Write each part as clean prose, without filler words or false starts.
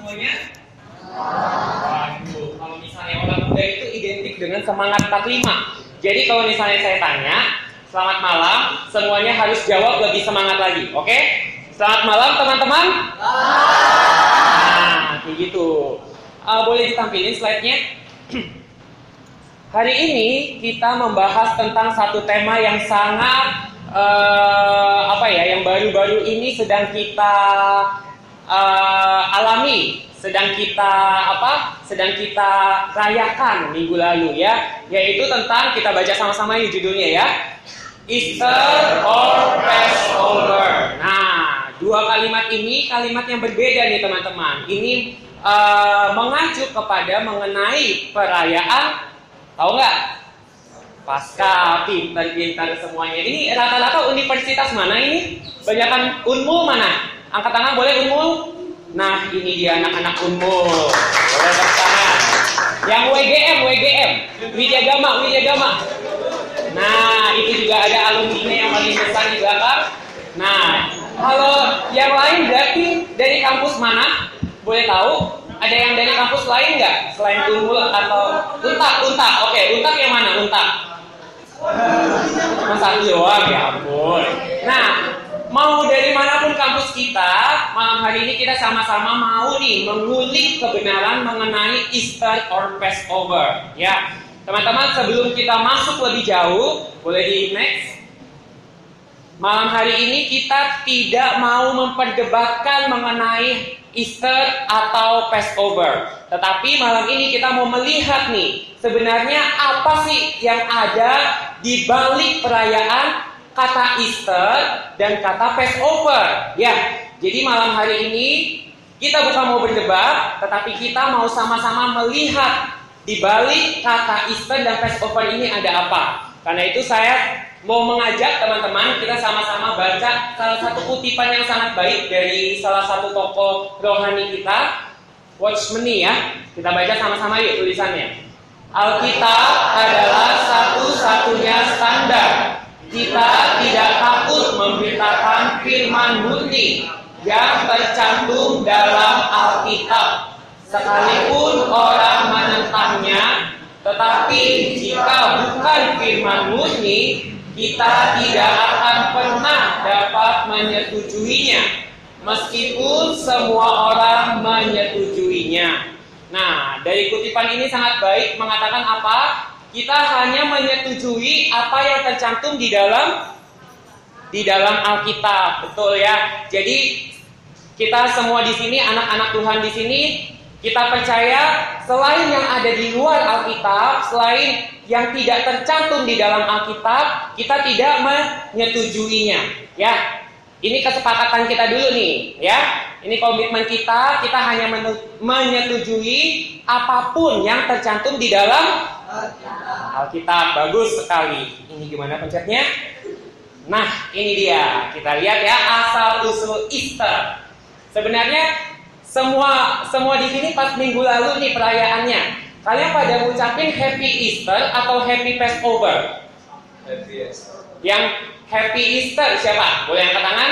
semuanya? Waduh, kalau misalnya orang muda itu identik dengan semangat 45. Jadi kalau misalnya saya tanya, selamat malam, semuanya harus jawab lebih semangat lagi, oke? Selamat malam teman-teman. Nah, kayak gitu. Boleh ditampilin slide-nya? Hari ini kita membahas tentang satu tema yang sangat yang baru-baru ini sedang kita alami, sedang kita rayakan minggu lalu ya, yaitu tentang, kita baca sama-sama yuk judulnya ya, Easter or Passover. Nah, dua kalimat ini kalimat yang berbeda nih teman-teman. Ini mengacu kepada mengenai perayaan, tahu nggak? Paskah. Pintar-pintar semuanya. Ini rata-rata universitas mana ini? Banyakan Unmul mana? Angkat tangan boleh Unmul? Nah, ini dia anak-anak Unmul. Boleh tepuk tangan. Yang WGM, Widya Gama. Nah, itu juga ada alumni yang paling besar di belakang. Nah, kalau yang lain berarti dari kampus mana? Boleh tahu? Ada yang dari kampus lain nggak? Selain Unmul atau Untak? Oke, Untak yang mana? Untak? Masa doang, ya ampun. Nah, mau dari manapun kampus kita, malam hari ini kita sama-sama mau nih mengulik kebenaran mengenai Easter or Passover. Ya, teman-teman, sebelum kita masuk lebih jauh, boleh di next. Malam hari ini kita tidak mau memperdebatkan mengenai Easter atau Passover, tetapi malam ini kita mau melihat nih, sebenarnya apa sih yang ada di balik perayaan kata Easter dan kata Passover. Ya, jadi malam hari ini kita bukan mau berdebat, tetapi kita mau sama-sama melihat di balik kata Easter dan Passover ini ada apa. Karena itu saya mau mengajak teman-teman kita sama-sama baca salah satu kutipan yang sangat baik dari salah satu tokoh rohani kita, Watchman ya. Kita baca sama-sama yuk tulisannya. Alkitab adalah satu-satunya standar. Kita tidak takut memberitakan firman murni yang tercantum dalam Alkitab, sekalipun orang menentangnya. Tetapi jika bukan firman murni, kita tidak akan pernah dapat menyetujuinya, meskipun semua orang menyetujuinya. Nah, dari kutipan ini sangat baik mengatakan apa? Kita hanya menyetujui apa yang tercantum di dalam Alkitab, betul ya. Jadi kita semua di sini, anak-anak Tuhan di sini, kita percaya selain yang ada di luar Alkitab, selain yang tidak tercantum di dalam Alkitab, kita tidak menyetujuinya. Ya, ini kesepakatan kita dulu nih, ya. Ini komitmen kita hanya menyetujui apapun yang tercantum di dalam Alkitab. Bagus sekali. Ini gimana pencetnya? Nah, ini dia. Kita lihat ya asal usul Easter. Sebenarnya semua di sini pas minggu lalu nih perayaannya. Kalian pada ngucapin Happy Easter atau Happy Passover? Happy Easter. Yang Happy Easter siapa? Boleh angkat tangan?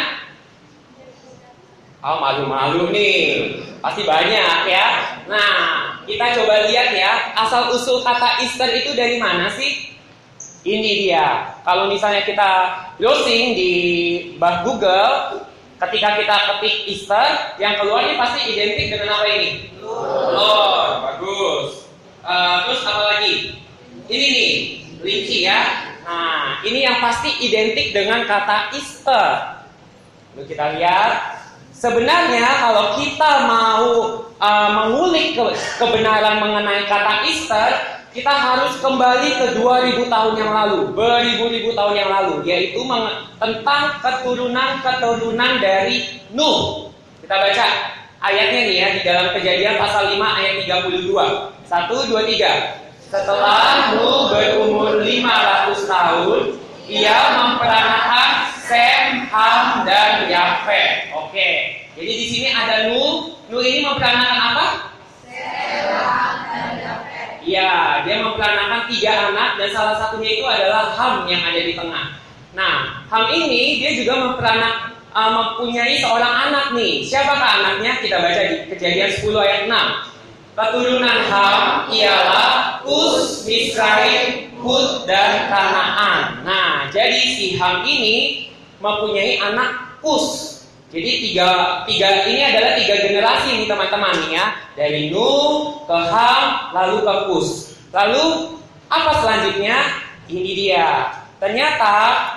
Oh, malu-malu nih. Pasti banyak ya. Nah, kita coba lihat ya, asal usul kata Easter itu dari mana sih? Ini dia. Kalau misalnya kita browsing di Google, ketika kita ketik Easter, yang keluar ini pasti identik dengan apa ini? Lord. Bagus. Terus apa lagi? Ini nih, linci ya. Nah, ini yang pasti identik dengan kata Easter. Lalu kita lihat. Sebenarnya kalau kita mau mengulik kebenaran mengenai kata Easter, kita harus kembali ke 2000 tahun yang lalu, beribu-ribu tahun yang lalu, yaitu tentang keturunan dari Nuh. Kita baca ayatnya nih ya, di dalam Kejadian pasal 5 ayat 32. 1, 2, 3. Setelah Nuh berumur 500 tahun, ia memperanakan Sem, Ham, dan Yafet. Oke, jadi di sini ada Nuh. Nuh ini memperanakan apa? Sem, Ham, dan Yafet. Iya, dia memperanakan 3 anak dan salah satunya itu adalah Ham yang ada di tengah. Nah, Ham ini dia juga mempunyai seorang anak nih. Siapakah anaknya? Kita baca di Kejadian 10 ayat 6. Keturunan Ham ialah Kus, Misraim, Hud, dan Kanaan. Nah, jadi si Ham ini mempunyai anak Kus. Jadi tiga ini adalah 3 generasi nih teman-teman nih ya. Dari Nuh ke Ham lalu ke Kus. Lalu apa selanjutnya? Ini dia. Ternyata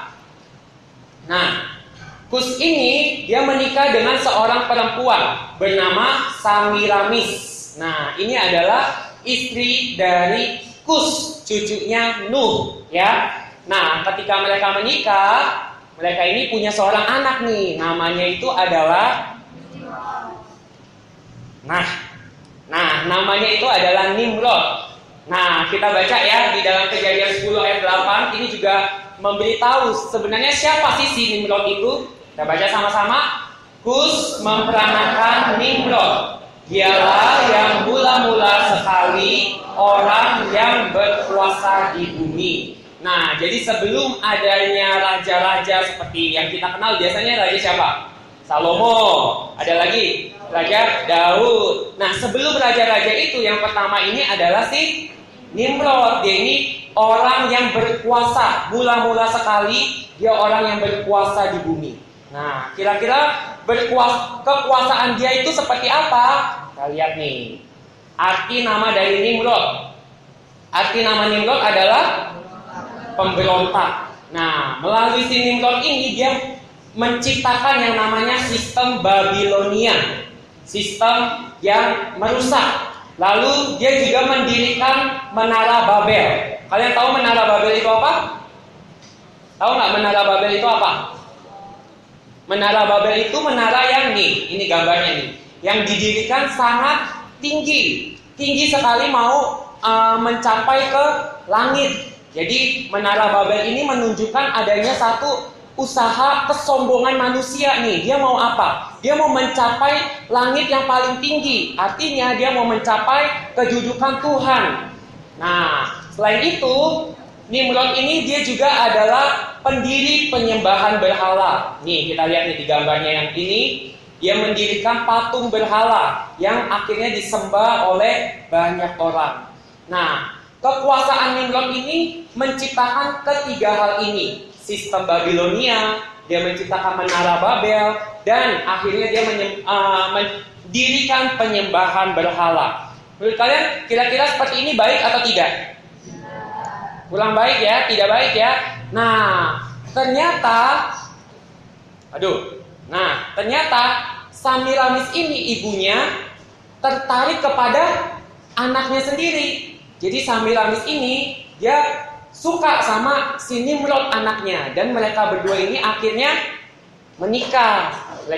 Kus ini dia menikah dengan seorang perempuan bernama Samiramis. Nah, ini adalah istri dari Kus, cucunya Nuh ya. Nah, ketika mereka menikah, mereka ini punya seorang anak nih, namanya itu adalah namanya itu adalah Nimrod. Nah, kita baca ya di dalam Kejadian 10 ayat 8, ini juga memberitahu sebenarnya siapa sih si Nimrod itu. Kita baca sama-sama. Kus memperanakan Nimrod. Dialah yang mula-mula sekali orang yang berkuasa di bumi. Nah, jadi sebelum adanya raja-raja seperti yang kita kenal, biasanya raja siapa? Salomo. Ada lagi Raja Daud. Nah, sebelum raja-raja itu yang pertama ini adalah si Nimrod. Dia ini orang yang berkuasa. Mula-mula sekali dia orang yang berkuasa di bumi. Nah, kira-kira kekuasaan dia itu seperti apa? Kita lihat nih. Arti nama dari Nimrod. Arti nama Nimrod adalah pemberontak. Nah, melalui si Nimrod ini dia menciptakan yang namanya sistem Babilonia, sistem yang merusak. Lalu dia juga mendirikan Menara Babel. Kalian tahu Menara Babel itu apa? Tahu nggak Menara Babel itu apa? Menara Babel itu menara yang ini gambarnya nih, yang didirikan sangat tinggi sekali, mau mencapai ke langit. Jadi Menara Babel ini menunjukkan adanya satu usaha kesombongan manusia nih. Dia mau apa? Dia mau mencapai langit yang paling tinggi. Artinya dia mau mencapai kedudukan Tuhan. Nah, selain itu Nimrod ini dia juga adalah pendiri penyembahan berhala. Nih kita lihat nih di gambarnya yang ini. Dia mendirikan patung berhala yang akhirnya disembah oleh banyak orang. Nah, kekuasaan Nimrod ini menciptakan ketiga hal ini. Sistem Babilonia, dia menciptakan Menara Babel, dan akhirnya dia mendirikan penyembahan berhala. Menurut kalian kira-kira seperti ini baik atau tidak? Kurang baik ya, tidak baik ya. Nah, ternyata Samiramis ini ibunya tertarik kepada anaknya sendiri. Jadi Samiramis ini dia suka sama si Nimrod anaknya, dan mereka berdua ini akhirnya menikah.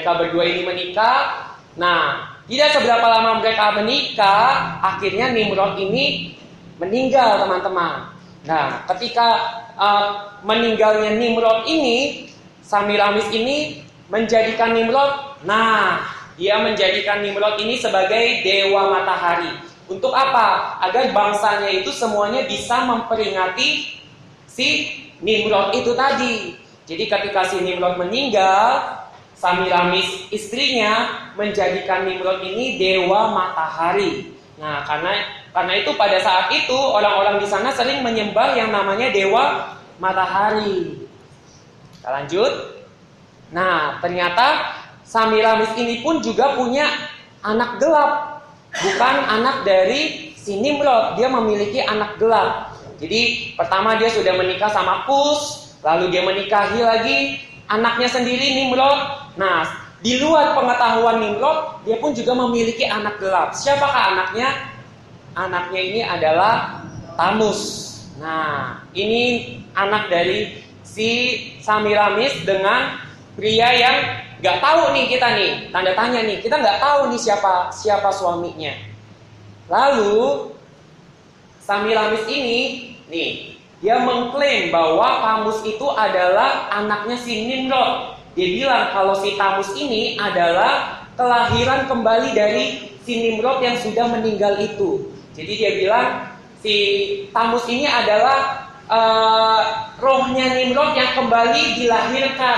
Nah, tidak seberapa lama mereka menikah, akhirnya Nimrod ini meninggal, teman-teman. Nah, ketika meninggalnya Nimrod ini, Samiramis ini menjadikan Nimrod, dia menjadikan Nimrod ini sebagai dewa matahari. Untuk apa? Agar bangsanya itu semuanya bisa memperingati si Nimrod itu tadi. Jadi ketika si Nimrod meninggal, Samiramis istrinya menjadikan Nimrod ini dewa matahari. Nah, karena itu pada saat itu orang-orang di sana sering menyembah yang namanya dewa matahari. Kita lanjut. Nah, ternyata Samiramis ini pun juga punya anak gelap. Bukan anak dari si Nimrod, dia memiliki anak gelap. Jadi pertama dia sudah menikah sama Kus, lalu dia menikahi lagi anaknya sendiri Nimrod. Nah, di luar pengetahuan Nimrod, dia pun juga memiliki anak gelap. Siapakah anaknya? Anaknya ini adalah Tamus. Nah, ini anak dari si Samiramis dengan pria yang nggak tahu nih kita nih, tanda tanya nih, kita nggak tahu nih siapa suaminya. Lalu Samiramis ini nih, dia mengklaim bahwa Tamus itu adalah anaknya si Nimrod. Dia bilang kalau si Tamus ini adalah kelahiran kembali dari si Nimrod yang sudah meninggal itu. Jadi dia bilang si Tamus ini adalah rohnya Nimrod yang kembali dilahirkan.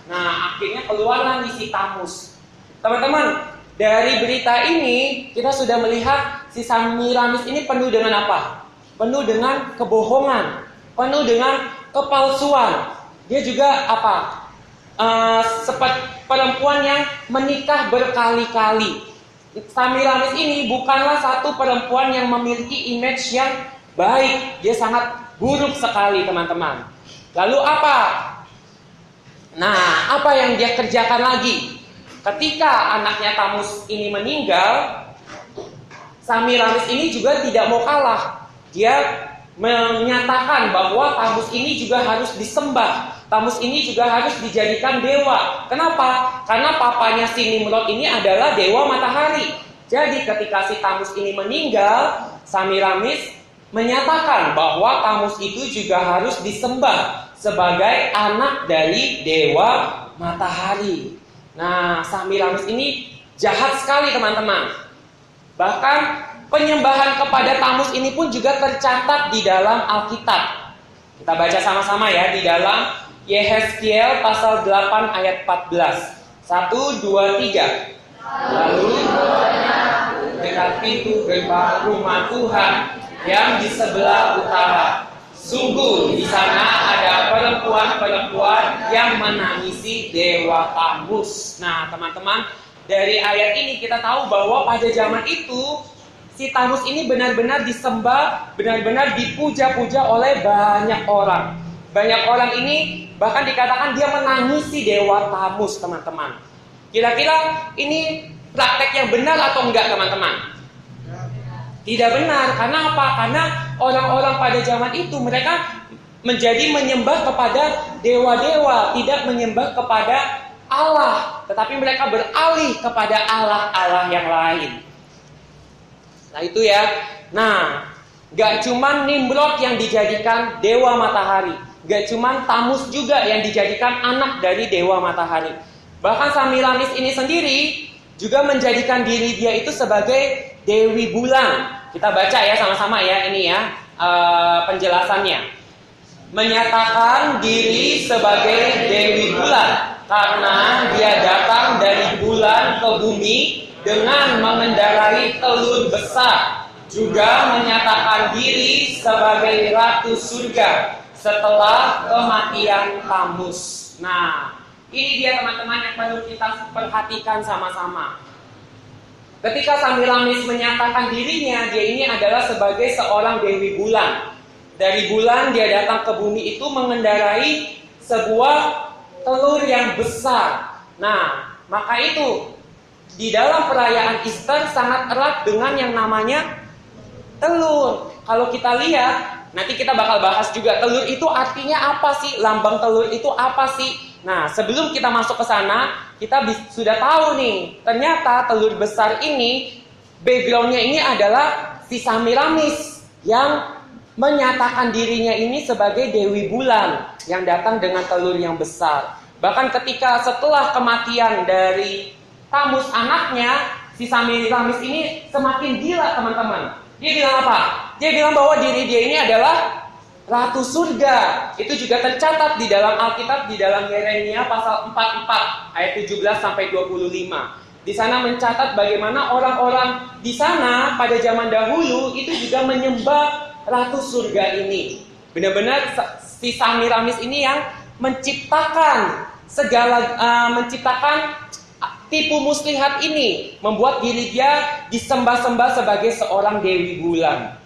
Nah, akhirnya keluarlah nih si Tamus. Teman-teman, dari berita ini kita sudah melihat si Semiramis ini penuh dengan apa? Penuh dengan kebohongan, penuh dengan kepalsuan. Dia juga apa? Seperti perempuan yang menikah berkali-kali. Semiramis ini bukanlah satu perempuan yang memiliki image yang baik. Dia sangat buruk sekali, teman-teman. Lalu apa? Nah, apa yang dia kerjakan lagi? Ketika anaknya Tamus ini meninggal, Semiramis ini juga tidak mau kalah. Dia menyatakan bahwa Tamus ini juga harus disembah. Tamus ini juga harus dijadikan dewa. Kenapa? Karena papanya si Nimrod ini adalah dewa matahari. Jadi ketika si Tamus ini meninggal, Semiramis menyatakan bahwa Tamus itu juga harus disembah sebagai anak dari dewa matahari. Nah, Semiramis ini jahat sekali, teman-teman. Bahkan penyembahan kepada Tamus ini pun juga tercatat di dalam Alkitab. Kita baca sama-sama ya, di dalam Yehezkiel pasal 8 ayat 14. 1, 2, 3. Lalu dekat pintu gerbang rumah Tuhan yang di sebelah utara, sungguh di sana ada perempuan-perempuan yang menangisi dewa Tamus. Nah, teman-teman, dari ayat ini kita tahu bahwa pada zaman itu si Tamus ini benar-benar disembah, benar-benar dipuja-puja oleh banyak orang. Banyak orang ini bahkan dikatakan dia menangisi dewa Tamus, teman-teman. Kira-kira ini praktek yang benar atau enggak, teman-teman? Tidak benar. Karena apa? Karena orang-orang pada zaman itu mereka menjadi menyembah kepada dewa-dewa, tidak menyembah kepada Allah, tetapi mereka beralih kepada Allah-Allah yang lain. Nah itu ya. Nah, gak cuman Nimrod yang dijadikan dewa matahari, gak cuman Tamus juga yang dijadikan anak dari dewa matahari. Bahkan Semiramis ini sendiri juga menjadikan diri dia itu sebagai Dewi Bulan. Kita baca ya sama-sama ya, ini ya penjelasannya. Menyatakan diri sebagai Dewi Bulan karena dia datang dari bulan ke bumi dengan mengendarai telur besar. Juga menyatakan diri sebagai Ratu Surga setelah kematian Tamus. Nah, ini dia teman-teman yang perlu kita perhatikan sama-sama. Ketika Semiramis menyatakan dirinya, dia ini adalah sebagai seorang Dewi Bulan. Dari bulan dia datang ke bumi itu mengendarai sebuah telur yang besar. Nah, maka itu di dalam perayaan Easter sangat erat dengan yang namanya telur. Kalau kita lihat, nanti kita bakal bahas juga telur itu artinya apa sih? Lambang telur itu apa sih? Nah, sebelum kita masuk ke sana, kita sudah tahu nih, ternyata telur besar ini, backgroundnya ini adalah si Semiramis yang menyatakan dirinya ini sebagai Dewi Bulan yang datang dengan telur yang besar. Bahkan ketika setelah kematian dari Tamus anaknya, si Semiramis ini semakin gila, teman-teman. Dia bilang apa? Dia bilang bahwa diri dia ini adalah Ratu Surga. Itu juga tercatat di dalam Alkitab, di dalam Yeremia pasal 44 ayat 17 sampai 25. Di sana mencatat bagaimana orang-orang di sana pada zaman dahulu itu juga menyembah Ratu Surga ini. Benar-benar si Semiramis ini yang menciptakan menciptakan tipu muslihat ini, membuat diri dia disembah-sembah sebagai seorang Dewi Bulan.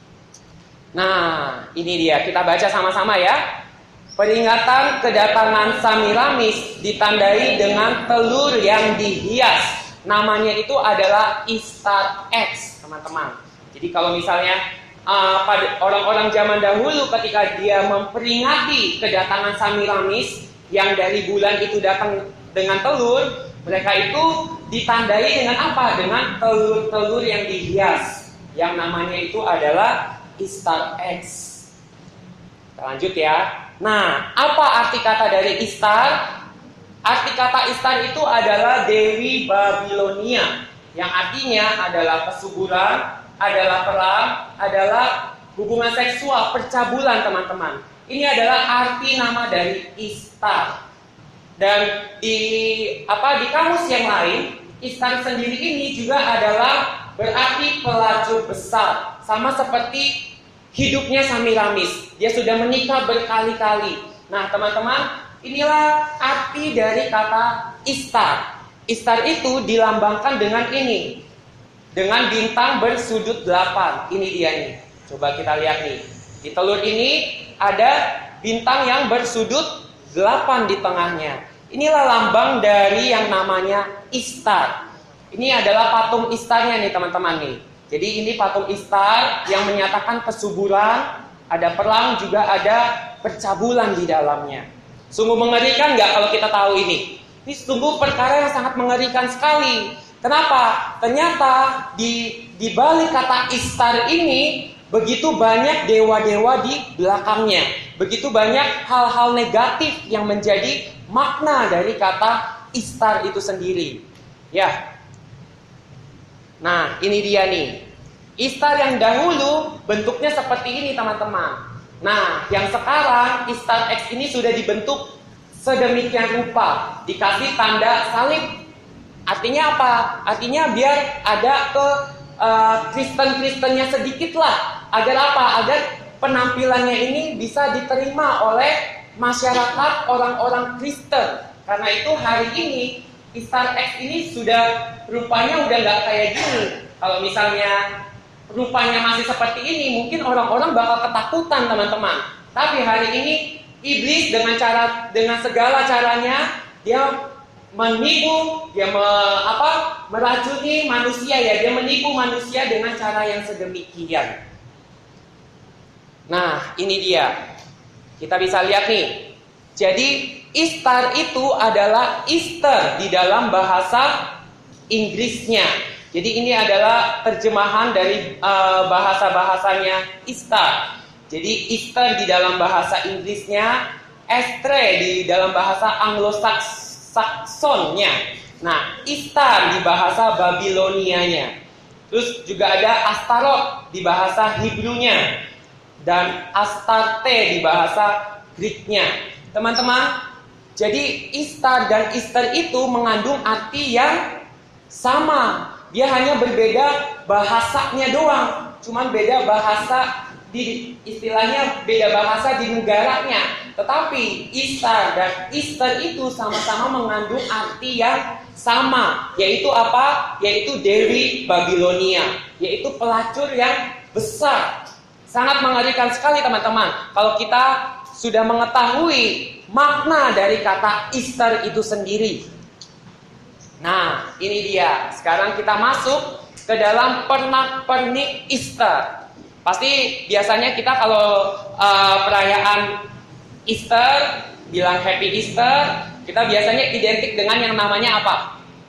Nah, ini dia, kita baca sama-sama ya. Peringatan kedatangan Semiramis ditandai dengan telur yang dihias. Namanya itu adalah Ishtar X, teman-teman. Jadi kalau misalnya pada orang-orang zaman dahulu ketika dia memperingati kedatangan Semiramis yang dari bulan itu datang dengan telur, mereka itu ditandai dengan apa? Dengan telur-telur yang dihias, yang namanya itu adalah Ishtar X. Kita lanjut ya. Nah, apa arti kata dari Ishtar? Arti kata Ishtar itu adalah Dewi Babilonia, yang artinya adalah kesuburan, adalah perang, adalah hubungan seksual, percabulan, teman-teman. Ini adalah arti nama dari Ishtar. Dan di kamus yang lain, Istar sendiri ini juga adalah berarti pelacur besar, sama seperti hidupnya Semiramis. Dia sudah menikah berkali-kali. Nah, teman-teman, inilah arti dari kata Istar. Istar itu dilambangkan dengan ini, dengan bintang bersudut 8. Ini dia nih. Coba kita lihat nih. Di telur ini ada bintang yang bersudut 8 di tengahnya. Inilah lambang dari yang namanya Istar. Ini adalah patung Istarnya nih teman-teman nih. Jadi ini patung Istar yang menyatakan kesuburan, ada perang, juga ada percabulan di dalamnya. Sungguh mengerikan nggak kalau kita tahu ini? Ini sungguh perkara yang sangat mengerikan sekali. Kenapa? Ternyata di balik kata Istar ini begitu banyak dewa-dewa di belakangnya. Begitu banyak hal-hal negatif yang menjadi makna dari kata Istar itu sendiri. Ya. Nah, ini dia nih. Istar yang dahulu bentuknya seperti ini, teman-teman. Nah, yang sekarang Istar X ini sudah dibentuk sedemikian rupa, dikasih tanda salib. Artinya apa? Artinya biar ada Kristen-Kristennya sedikit lah. Agar apa? Agar penampilannya ini bisa diterima oleh masyarakat orang-orang Kristen. Karena itu hari ini Istar X ini sudah rupanya udah nggak kayak gini. Kalau misalnya rupanya masih seperti ini, mungkin orang-orang bakal ketakutan, teman-teman. Tapi hari ini iblis dengan segala caranya dia menipu, dia meracuni manusia ya, dia menipu manusia dengan cara yang sedemikian. Nah, ini dia. Kita bisa lihat nih. Jadi Istar itu adalah Easter di dalam bahasa Inggrisnya. Jadi ini adalah terjemahan dari bahasa-bahasanya Istar. Jadi Easter di dalam bahasa Inggrisnya, Estre di dalam bahasa Anglo-Saksonnya. Nah, Istar di bahasa Babilonianya. Terus juga ada Astaroth di bahasa Hebrew-nya dan Astarte di bahasa Greek-nya. Teman-teman, jadi Istar dan Easter itu mengandung arti yang sama. Dia hanya berbeda bahasanya doang. Cuman beda bahasa istilahnya beda bahasa di negaranya. Tetapi Istar dan Easter itu sama-sama mengandung arti yang sama. Yaitu apa? Yaitu Dewi Babilonia. Yaitu pelacur yang besar. Sangat mengerikan sekali teman-teman. Kalau kita sudah mengetahui makna dari kata Easter itu sendiri. Nah, ini dia. Sekarang kita masuk ke dalam pernak-pernik Easter. Pasti biasanya kita kalau perayaan Easter, bilang Happy Easter, kita biasanya identik dengan yang namanya apa?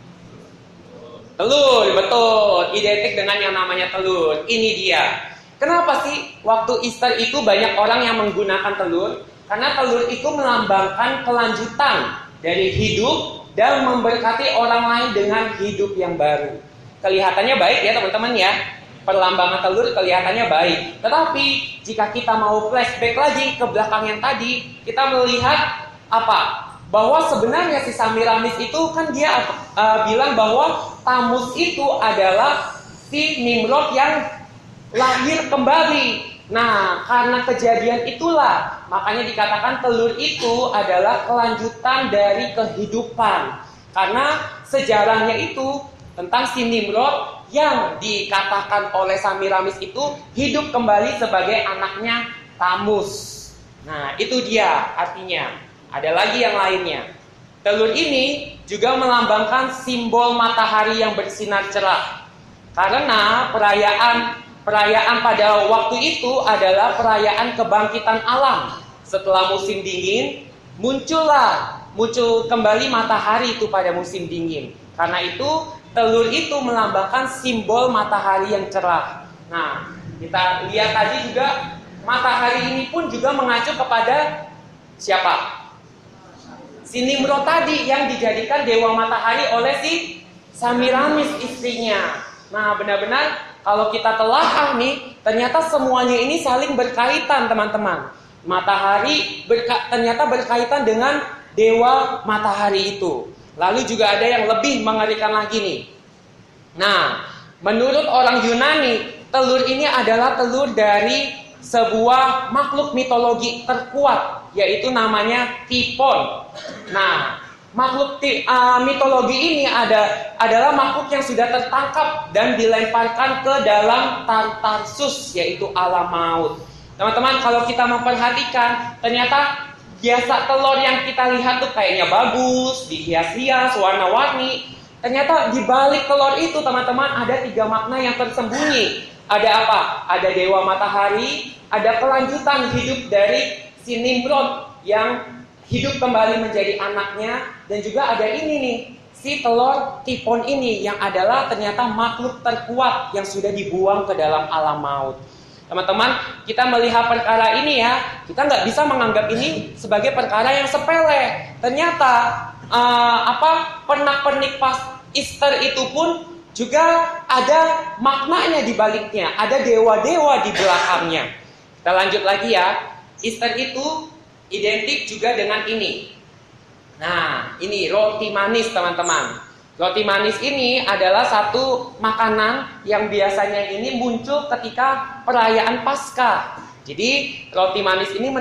Telur, betul. Identik dengan yang namanya telur. Ini dia. Kenapa sih waktu Easter itu banyak orang yang menggunakan telur? Karena telur itu melambangkan kelanjutan dari hidup dan memberkati orang lain dengan hidup yang baru. Kelihatannya baik ya teman-teman ya. Perlambangan telur kelihatannya baik. Tetapi jika kita mau flashback lagi ke belakang yang tadi, kita melihat apa? Bahwa sebenarnya si Semiramis itu kan dia bilang bahwa Tamus itu adalah si Nimrod yang lahir kembali. Nah, karena kejadian itulah makanya dikatakan telur itu adalah kelanjutan dari kehidupan. Karena sejarahnya itu tentang si Nimrod yang dikatakan oleh Semiramis itu hidup kembali sebagai anaknya Tamus. Nah, itu dia artinya. Ada lagi yang lainnya. Telur ini juga melambangkan simbol matahari yang bersinar cerah. Karena perayaan pada waktu itu adalah perayaan kebangkitan alam. Setelah musim dingin, muncul kembali matahari itu pada musim dingin. Karena itu, telur itu melambangkan simbol matahari yang cerah. Nah, kita lihat tadi juga, matahari ini pun juga mengacu kepada siapa? Si Nimrod tadi yang dijadikan dewa matahari oleh si Semiramis istrinya. Nah, benar-benar kalau kita telah nih, ternyata semuanya ini saling berkaitan teman-teman. Matahari ternyata berkaitan dengan dewa matahari itu. Lalu juga ada yang lebih mengerikan lagi nih. Nah, menurut orang Yunani, telur ini adalah telur dari sebuah makhluk mitologi terkuat, yaitu namanya Typhon. Nah, makhluk mitologi ini adalah makhluk yang sudah tertangkap dan dilemparkan ke dalam Tartarsus, yaitu alam maut. Teman-teman, kalau kita memperhatikan, ternyata biasa telur yang kita lihat tuh kayaknya bagus, dihias-hias, warna-warni. Ternyata di balik telur itu, teman-teman, ada 3 makna yang tersembunyi. Ada apa? Ada dewa matahari, ada kelanjutan hidup dari si Nimrod yang hidup kembali menjadi anaknya, dan juga ada ini nih, si telur Typhon ini yang adalah ternyata makhluk terkuat yang sudah dibuang ke dalam alam maut. Teman-teman, kita melihat perkara ini ya, kita nggak bisa menganggap ini sebagai perkara yang sepele. Ternyata pernak-pernik pas Easter itu pun juga ada maknanya di baliknya, ada dewa-dewa di belakangnya. Kita lanjut lagi ya. Easter itu identik juga dengan ini. Nah, ini roti manis, teman-teman. Roti manis ini adalah satu makanan yang biasanya ini muncul ketika perayaan Paskah. Jadi roti manis ini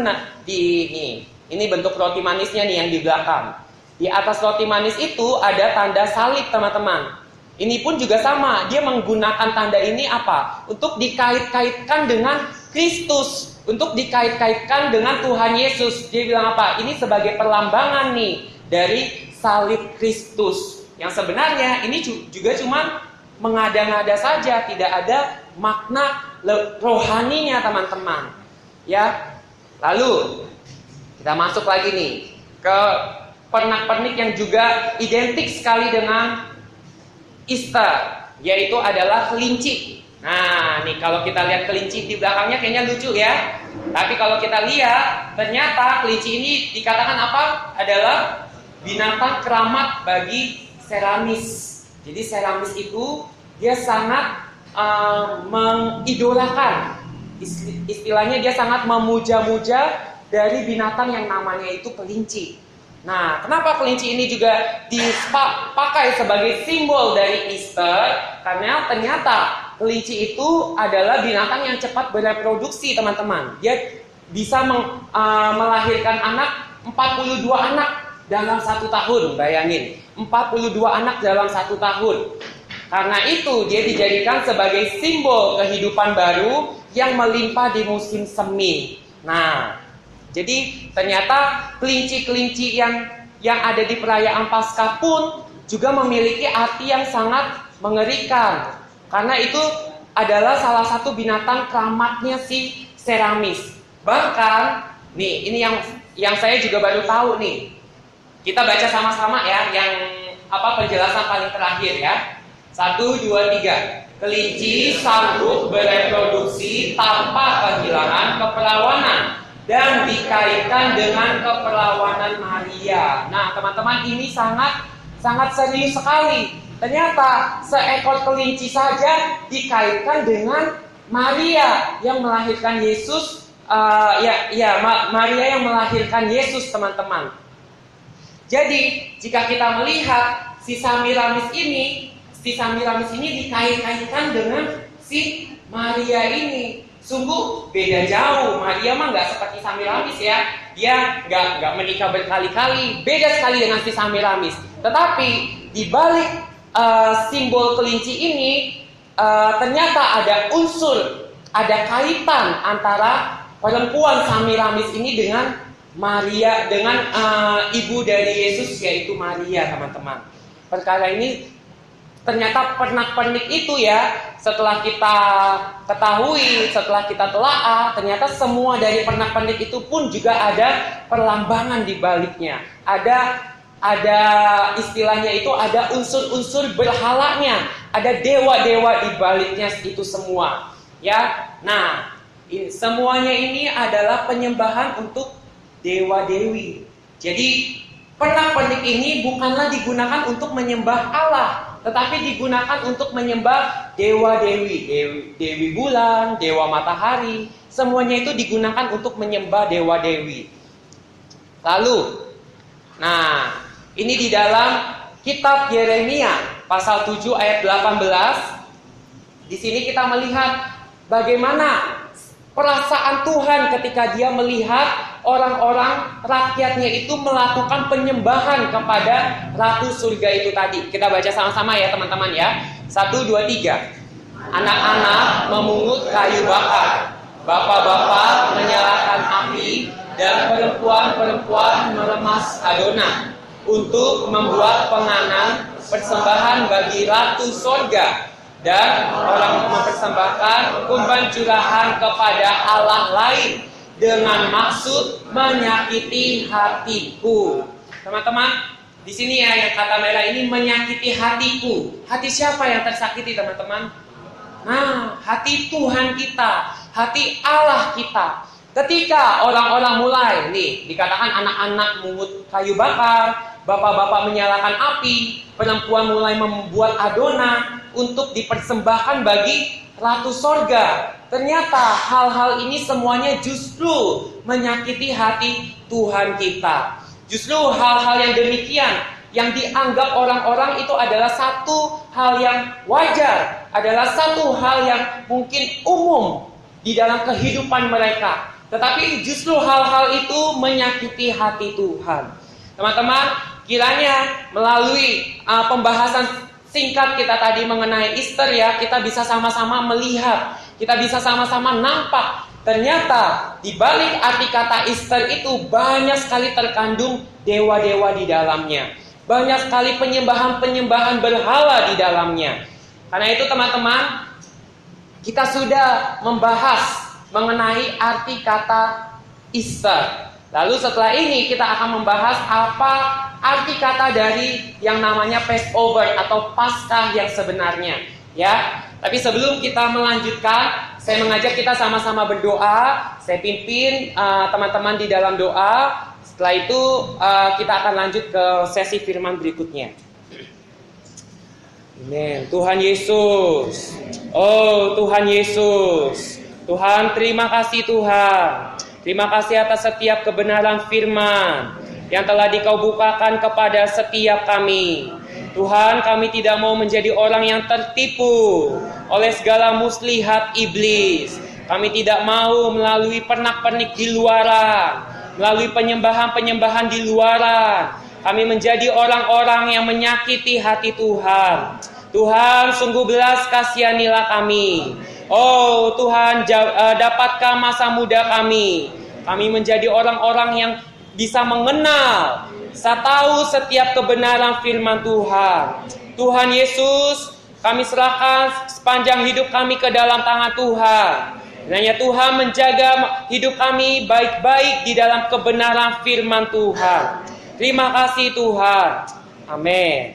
ini bentuk roti manisnya nih yang di belakang. Di atas roti manis itu ada tanda salib, teman-teman. Ini pun juga sama, dia menggunakan tanda ini apa? Untuk dikait-kaitkan dengan Kristus, untuk dikait-kaitkan dengan Tuhan Yesus. Dia bilang apa? Ini sebagai perlambangan nih dari salib Kristus. Yang sebenarnya ini juga cuma mengada-ngada saja, tidak ada makna rohaninya, teman-teman. Ya. Lalu kita masuk lagi nih ke pernak-pernik yang juga identik sekali dengan Easter, yaitu adalah kelinci. Nah, nih kalau kita lihat kelinci di belakangnya kayaknya lucu ya. Tapi kalau kita lihat, ternyata kelinci ini dikatakan apa? Adalah binatang keramat bagi Seramis. Jadi Seramis itu dia sangat mengidolakan, istilahnya dia sangat memuja-muja dari binatang yang namanya itu kelinci. Nah, kenapa kelinci ini juga dipakai sebagai simbol dari Easter? Karena ternyata kelinci itu adalah binatang yang cepat bereproduksi, teman-teman. Dia bisa melahirkan anak, 42 anak dalam 1 tahun, bayangin. 42 anak dalam 1 tahun. Karena itu dia dijadikan sebagai simbol kehidupan baru yang melimpah di musim semi. Nah, jadi ternyata kelinci-kelinci yang ada di perayaan Paskah pun juga memiliki arti yang sangat mengerikan. Karena itu adalah salah satu binatang keramatnya si Seramis. Bahkan, nih ini yang saya juga baru tahu nih. Kita baca sama-sama ya, yang penjelasan paling terakhir ya. 1, 2, 3. Kelinci sanggup bereproduksi tanpa kehilangan keperawanan dan dikaitkan dengan keperawanan Maria. Nah, teman-teman, ini sangat serius sekali. Ternyata seekor kelinci saja dikaitkan dengan Maria yang melahirkan Yesus. Maria yang melahirkan Yesus, teman-teman. Jadi, jika kita melihat si Semiramis ini dikait-kaitkan dengan si Maria ini. Sungguh beda jauh. Maria mah nggak seperti Semiramis ya. Dia nggak menikah berkali-kali. Beda sekali dengan si Semiramis. Tetapi di balik simbol kelinci ini ternyata ada kaitan antara perempuan Semiramis ini dengan Maria, dengan ibu dari Yesus, yaitu Maria, teman-teman. Perkara ini ternyata pernak-pernik itu ya, setelah kita ketahui, setelah kita telaah, ternyata semua dari pernak-pernik itu pun juga ada perlambangan di baliknya. Ada istilahnya itu, ada unsur-unsur berhalanya, ada dewa-dewa di baliknya itu semua. Ya, nah, semuanya ini adalah penyembahan untuk dewa-dewi. Jadi pernak-pernik ini bukanlah digunakan untuk menyembah Allah, tetapi digunakan untuk menyembah dewa-dewi, dewi bulan, dewa matahari. Semuanya itu digunakan untuk menyembah dewa-dewi. Lalu Nah, ini di dalam kitab Yeremia pasal 7 ayat 18. Di sini kita melihat bagaimana perasaan Tuhan ketika Dia melihat orang-orang rakyatnya itu melakukan penyembahan kepada Ratu Surga itu tadi. Kita baca sama-sama ya teman-teman ya. 1, 2, 3. Anak-anak memungut kayu bakar, bapak-bapak menyalakan api, dan perempuan-perempuan meremas adonan untuk membuat penganan persembahan bagi Ratu Sorga, dan orang mempersembahkan kurban curahan kepada Allah lain dengan maksud menyakiti hatiku. Teman-teman, di sini ya yang kata merah ini menyakiti hatiku. Hati siapa yang tersakiti, teman-teman? Nah, hati Tuhan kita, hati Allah kita. Ketika orang-orang mulai, nih dikatakan anak-anak mungut kayu bakar, bapak-bapak menyalakan api, perempuan mulai membuat adonan untuk dipersembahkan bagi Ratu Sorga. Ternyata hal-hal ini semuanya justru menyakiti hati Tuhan kita. Justru hal-hal yang demikian yang dianggap orang-orang itu adalah satu hal yang wajar, adalah satu hal yang mungkin umum di dalam kehidupan mereka. Tetapi justru hal-hal itu menyakiti hati Tuhan. Teman-teman, kiranya melalui pembahasan singkat kita tadi mengenai Easter ya, kita bisa sama-sama melihat, kita bisa sama-sama nampak. Ternyata di balik arti kata Easter itu banyak sekali terkandung dewa-dewa di dalamnya. Banyak sekali penyembahan-penyembahan berhala di dalamnya. Karena itu teman-teman, kita sudah membahas mengenai arti kata Easter. Lalu setelah ini kita akan membahas apa arti kata dari yang namanya Passover atau Paskah yang sebenarnya. Ya, tapi sebelum kita melanjutkan, saya mengajak kita sama-sama berdoa. Saya pimpin teman-teman di dalam doa. Setelah itu kita akan lanjut ke sesi firman berikutnya. Amin. Tuhan Yesus. Oh Tuhan Yesus. Tuhan, terima kasih Tuhan. Terima kasih atas setiap kebenaran firman yang telah Dikau bukakan kepada setiap kami. Tuhan, kami tidak mau menjadi orang yang tertipu oleh segala muslihat iblis. Kami tidak mau melalui pernak-pernik di luaran, melalui penyembahan-penyembahan di luaran, kami menjadi orang-orang yang menyakiti hati Tuhan. Tuhan, sungguh belas kasihanilah kami. Oh Tuhan, dapatkah masa muda kami menjadi orang-orang yang bisa mengenal, bisa tahu setiap kebenaran firman Tuhan. Tuhan Yesus, kami serahkan sepanjang hidup kami ke dalam tangan Tuhan. Hanya Tuhan menjaga hidup kami baik-baik di dalam kebenaran firman Tuhan. Terima kasih Tuhan. Amin.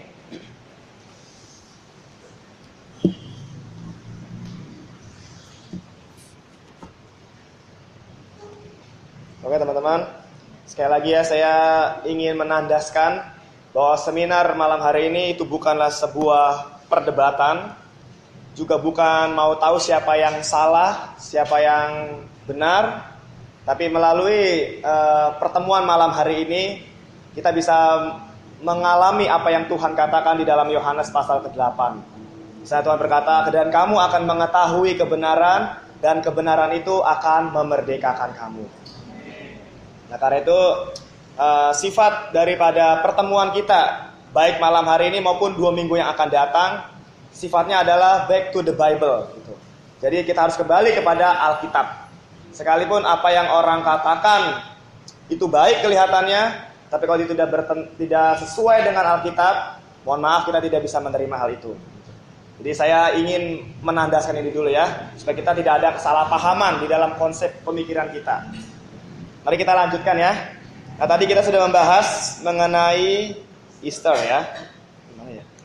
Oke teman-teman, sekali lagi ya saya ingin menandaskan bahwa seminar malam hari ini itu bukanlah sebuah perdebatan, juga bukan mau tahu siapa yang salah, siapa yang benar, tapi melalui pertemuan malam hari ini kita bisa mengalami apa yang Tuhan katakan di dalam Yohanes pasal ke-8. Misalnya Tuhan berkata, dan kamu akan mengetahui kebenaran, dan kebenaran itu akan memerdekakan kamu. Nah karena itu sifat daripada pertemuan kita, baik malam hari ini maupun 2 minggu yang akan datang, sifatnya adalah back to the Bible gitu. Jadi kita harus kembali kepada Alkitab. Sekalipun apa yang orang katakan itu baik kelihatannya, tapi kalau itu tidak sesuai dengan Alkitab, mohon maaf kita tidak bisa menerima hal itu. Jadi saya ingin menandaskan ini dulu ya, supaya kita tidak ada kesalahpahaman di dalam konsep pemikiran kita. Mari kita lanjutkan ya. Nah tadi kita sudah membahas mengenai Easter ya. Gimana ya?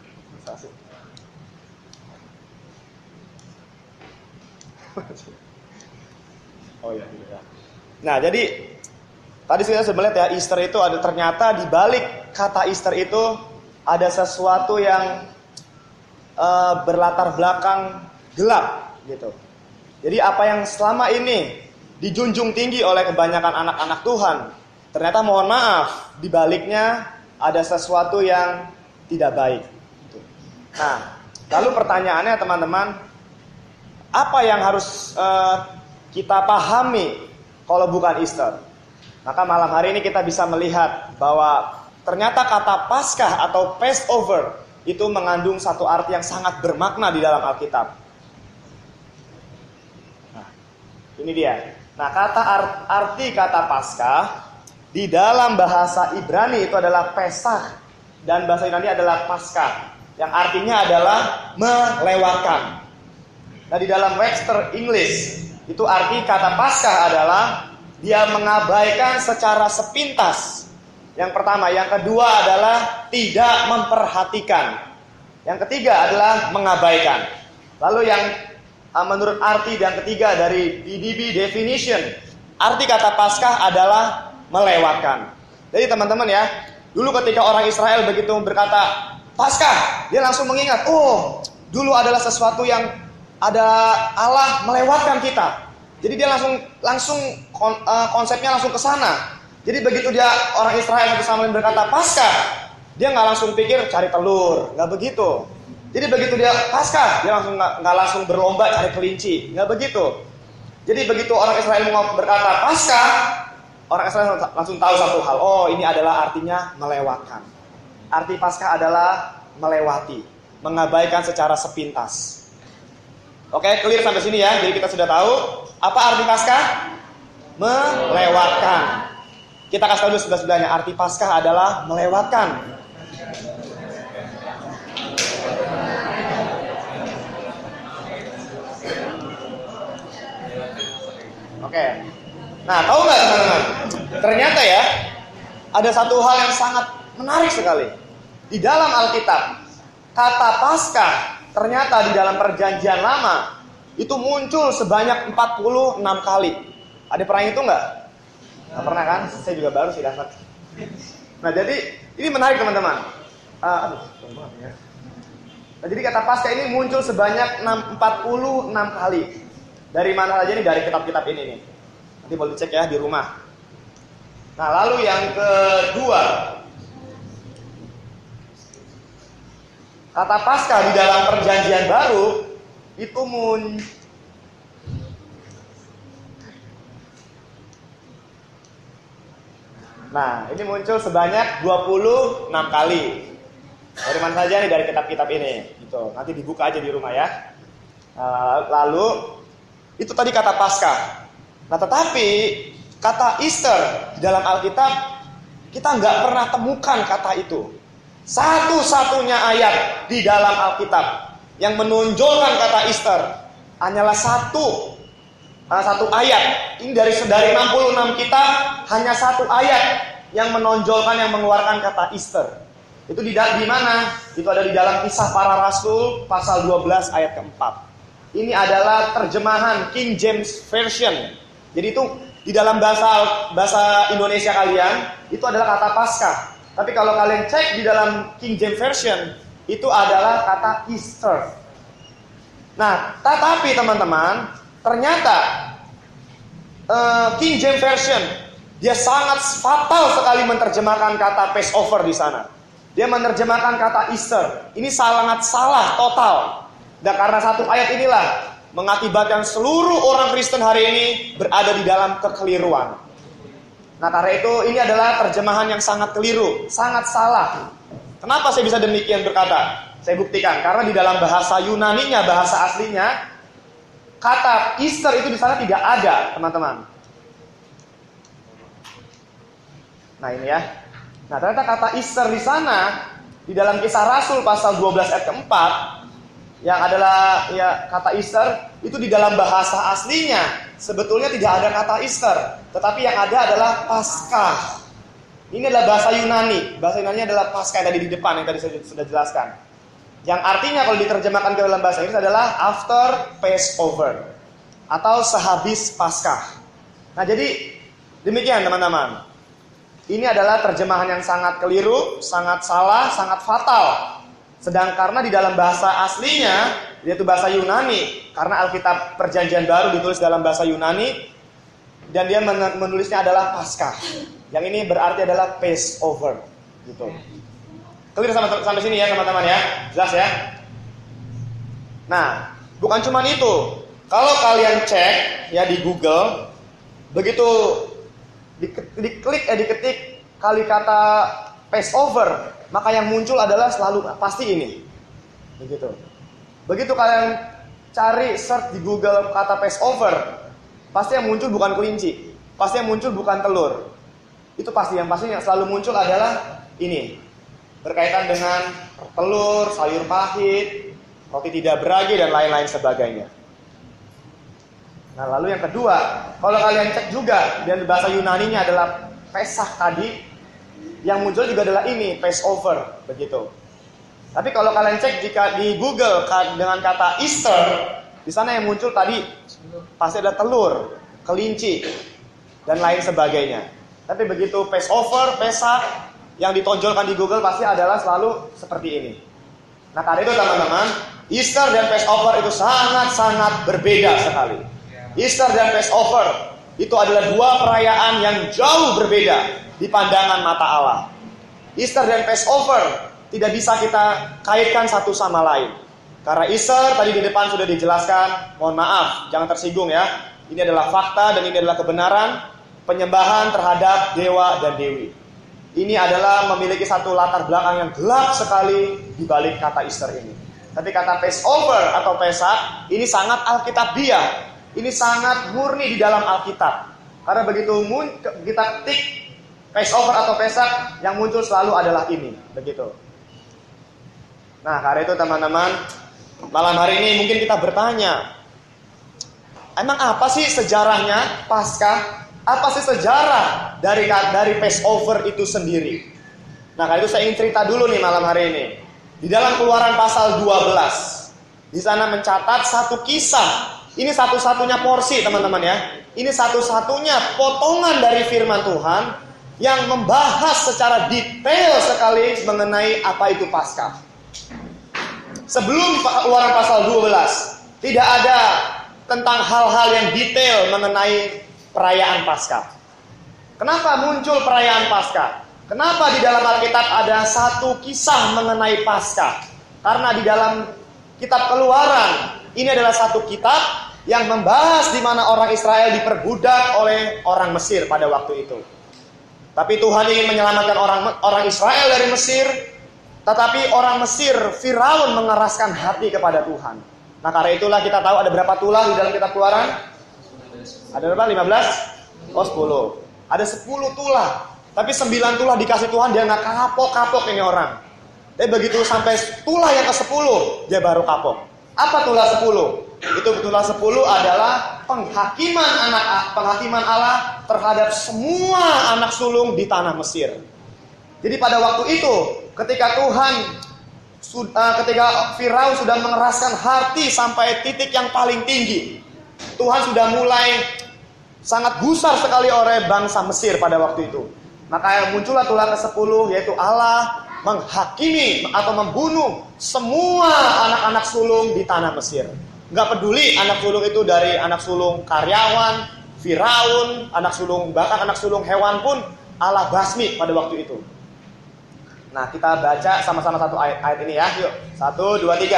Oh ya. Nah jadi tadi kita sudah melihat ya, Easter itu ada, ternyata di balik kata Easter itu ada sesuatu yang berlatar belakang gelap gitu. Jadi apa yang selama ini dijunjung tinggi oleh kebanyakan anak-anak Tuhan, ternyata mohon maaf, di baliknya ada sesuatu yang tidak baik. Nah, lalu pertanyaannya teman-teman, apa yang harus kita pahami kalau bukan Easter? Maka malam hari ini kita bisa melihat bahwa ternyata kata Paskah atau Passover itu mengandung satu arti yang sangat bermakna di dalam Alkitab. Nah, ini dia. Nah, arti kata Paskah di dalam bahasa Ibrani itu adalah Pesach dan bahasa Yunani adalah Paskah, yang artinya adalah melewatkan. Nah, di dalam Webster English itu arti kata Paskah adalah dia mengabaikan secara sepintas. Yang pertama, yang kedua adalah tidak memperhatikan. Yang ketiga adalah mengabaikan. Lalu yang menurut arti yang ketiga dari DDB definition, arti kata Paskah adalah melewatkan. Jadi teman-teman ya, dulu ketika orang Israel begitu berkata Paskah, dia langsung mengingat, oh, dulu adalah sesuatu yang ada Allah melewatkan kita. Jadi dia langsung konsepnya langsung ke sana. Jadi begitu dia orang Israel satu sama lain berkata Paskah, dia nggak langsung pikir cari telur, nggak begitu. Jadi begitu dia Paskah, dia langsung nggak langsung berlomba cari kelinci, nggak begitu. Jadi begitu orang Israel berkata Paskah, orang Israel langsung tahu satu hal, oh ini adalah artinya melewatkan. Arti Paskah adalah melewati, mengabaikan secara sepintas. Oke, clear sampai sini ya. Jadi kita sudah tahu apa arti Paskah? Melewatkan. Kita kasih tahu dulu sebelah-sebelahnya. Arti Paskah adalah melewatkan. Oke. Nah, tahu nggak teman-teman? Ternyata ya, ada satu hal yang sangat menarik sekali. Di dalam Alkitab, kata Paskah ternyata di dalam Perjanjian Lama itu muncul sebanyak 46 kali. Ada pernah itu nggak? Nggak pernah kan? Saya juga baru sih dapat. Nah, jadi ini menarik teman-teman. Nah, jadi kata Paskah ini muncul sebanyak 46 kali. Dari mana saja nih? Dari kitab-kitab ini nih. Nanti boleh cek ya di rumah. Nah, lalu yang kedua, kata Paskah di dalam Perjanjian Baru itu Nah, ini muncul sebanyak 26 kali. Dari mana saja nih? Dari kitab-kitab ini. Gitu. Nanti dibuka aja di rumah ya. Lalu itu tadi kata Paskah. Nah, tetapi kata Easter di dalam Alkitab kita nggak pernah temukan kata itu. Satu-satunya ayat di dalam Alkitab yang menonjolkan kata Easter hanyalah satu ayat. Ini dari 66 kitab hanya satu ayat yang menonjolkan, yang mengeluarkan kata Easter. Itu di mana? Itu ada di dalam Kisah Para Rasul pasal 12 ayat keempat. Ini adalah terjemahan King James Version. Jadi itu di dalam bahasa Indonesia kalian itu adalah kata Paskah. Tapi kalau kalian cek di dalam King James Version itu adalah kata Easter. Nah, tetapi teman-teman, ternyata King James Version dia sangat fatal sekali menerjemahkan kata Passover di sana. Dia menerjemahkan kata Easter. Ini sangat salah total. Dan karena satu ayat inilah mengakibatkan seluruh orang Kristen hari ini berada di dalam kekeliruan. Nah, karena itu ini adalah terjemahan yang sangat keliru, sangat salah. Kenapa saya bisa demikian berkata? Saya buktikan. Karena di dalam bahasa Yunaninya, bahasa aslinya, kata Easter itu di sana tidak ada, teman-teman. Nah, ini ya. Nah, ternyata kata Easter di sana di dalam Kisah Rasul pasal 12 ayat keempat yang adalah ya kata Easter itu di dalam bahasa aslinya sebetulnya tidak ada kata Easter, tetapi yang ada adalah Paskah. Ini adalah bahasa Yunani. Bahasa Yunani adalah Paskah yang tadi di depan yang tadi saya sudah jelaskan. Yang artinya kalau diterjemahkan ke dalam bahasa Inggris adalah after Passover atau sehabis Paskah. Nah, jadi demikian teman-teman. Ini adalah terjemahan yang sangat keliru, sangat salah, sangat fatal. Sedang karena di dalam bahasa aslinya, yaitu bahasa Yunani, karena Alkitab Perjanjian Baru ditulis dalam bahasa Yunani, dan dia menulisnya adalah Paskah. Yang ini berarti adalah Passover, gitu. Clear sampai sini ya teman-teman ya, jelas ya. Nah, bukan cuma itu. Kalau kalian cek ya di Google, begitu diketik kali kata Passover, maka yang muncul adalah selalu pasti ini. Begitu. Begitu kalian cari search di Google kata Passover, pasti yang muncul bukan kelinci, pasti yang muncul bukan telur. Itu pasti yang selalu muncul adalah ini. Berkaitan dengan telur, sayur pahit, roti tidak beragi dan lain-lain sebagainya. Nah, lalu yang kedua, kalau kalian cek juga dan bahasa Yunaninya adalah Pesach tadi, yang muncul juga adalah ini, Passover, begitu. Tapi kalau kalian cek jika di Google dengan kata Easter, di sana yang muncul tadi pasti ada telur, kelinci, dan lain sebagainya. Tapi begitu Passover, Pesach yang ditonjolkan di Google pasti adalah selalu seperti ini. Nah, karena itu teman-teman, Easter dan Passover itu sangat-sangat berbeda sekali. Easter dan Passover itu adalah dua perayaan yang jauh berbeda di pandangan mata Allah. Easter dan Passover tidak bisa kita kaitkan satu sama lain. Karena Easter tadi di depan sudah dijelaskan, mohon maaf, jangan tersinggung ya. Ini adalah fakta dan ini adalah kebenaran penyembahan terhadap dewa dan dewi. Ini adalah memiliki satu latar belakang yang gelap sekali di balik kata Easter ini. Tapi kata Passover atau Pesach ini sangat alkitabiah. Ini sangat murni di dalam Alkitab. Karena begitu kita ketik Passover atau Pesach, yang muncul selalu adalah ini, begitu. Nah, karena itu teman-teman, malam hari ini mungkin kita bertanya, emang apa sih sejarahnya Paskah? Apa sih sejarah dari Passover itu sendiri? Nah, karena itu saya ingin cerita dulu nih malam hari ini. Di dalam Keluaran pasal 12, di sana mencatat satu kisah. Ini satu-satunya porsi teman-teman ya. Ini satu-satunya potongan dari firman Tuhan yang membahas secara detail sekali mengenai apa itu Paskah. Sebelum Keluaran pasal 12, tidak ada tentang hal-hal yang detail mengenai perayaan Paskah. Kenapa muncul perayaan Paskah? Kenapa di dalam Alkitab ada satu kisah mengenai Paskah? Karena di dalam kitab Keluaran ini adalah satu kitab yang membahas di mana orang Israel diperbudak oleh orang Mesir pada waktu itu. Tapi Tuhan ingin menyelamatkan orang Israel dari Mesir, tetapi orang Mesir, Firaun mengeraskan hati kepada Tuhan. Nah, karena itulah kita tahu ada berapa tulah di dalam kitab Keluaran? Ada berapa? 15? Oh, 10. Ada 10 tulah. Tapi 9 tulah dikasih Tuhan, dia nggak kapok-kapok ini orang. Tapi begitu sampai tulah yang ke-10, dia baru kapok. Apa tulah 10? Itu tulah 10 adalah penghakiman Allah terhadap semua anak sulung di tanah Mesir. Jadi pada waktu itu, ketika Firaun sudah mengeraskan hati sampai titik yang paling tinggi, Tuhan sudah mulai sangat gusar sekali oleh bangsa Mesir pada waktu itu. Maka muncullah tulah ke-10, yaitu Allah menghakimi atau membunuh semua anak-anak sulung di tanah Mesir. Gak peduli anak sulung itu dari anak sulung karyawan, Firaun, bahkan anak sulung hewan pun Allah basmi pada waktu itu. Nah, kita baca sama-sama satu ayat ini ya. Yuk, 1, 2, 3.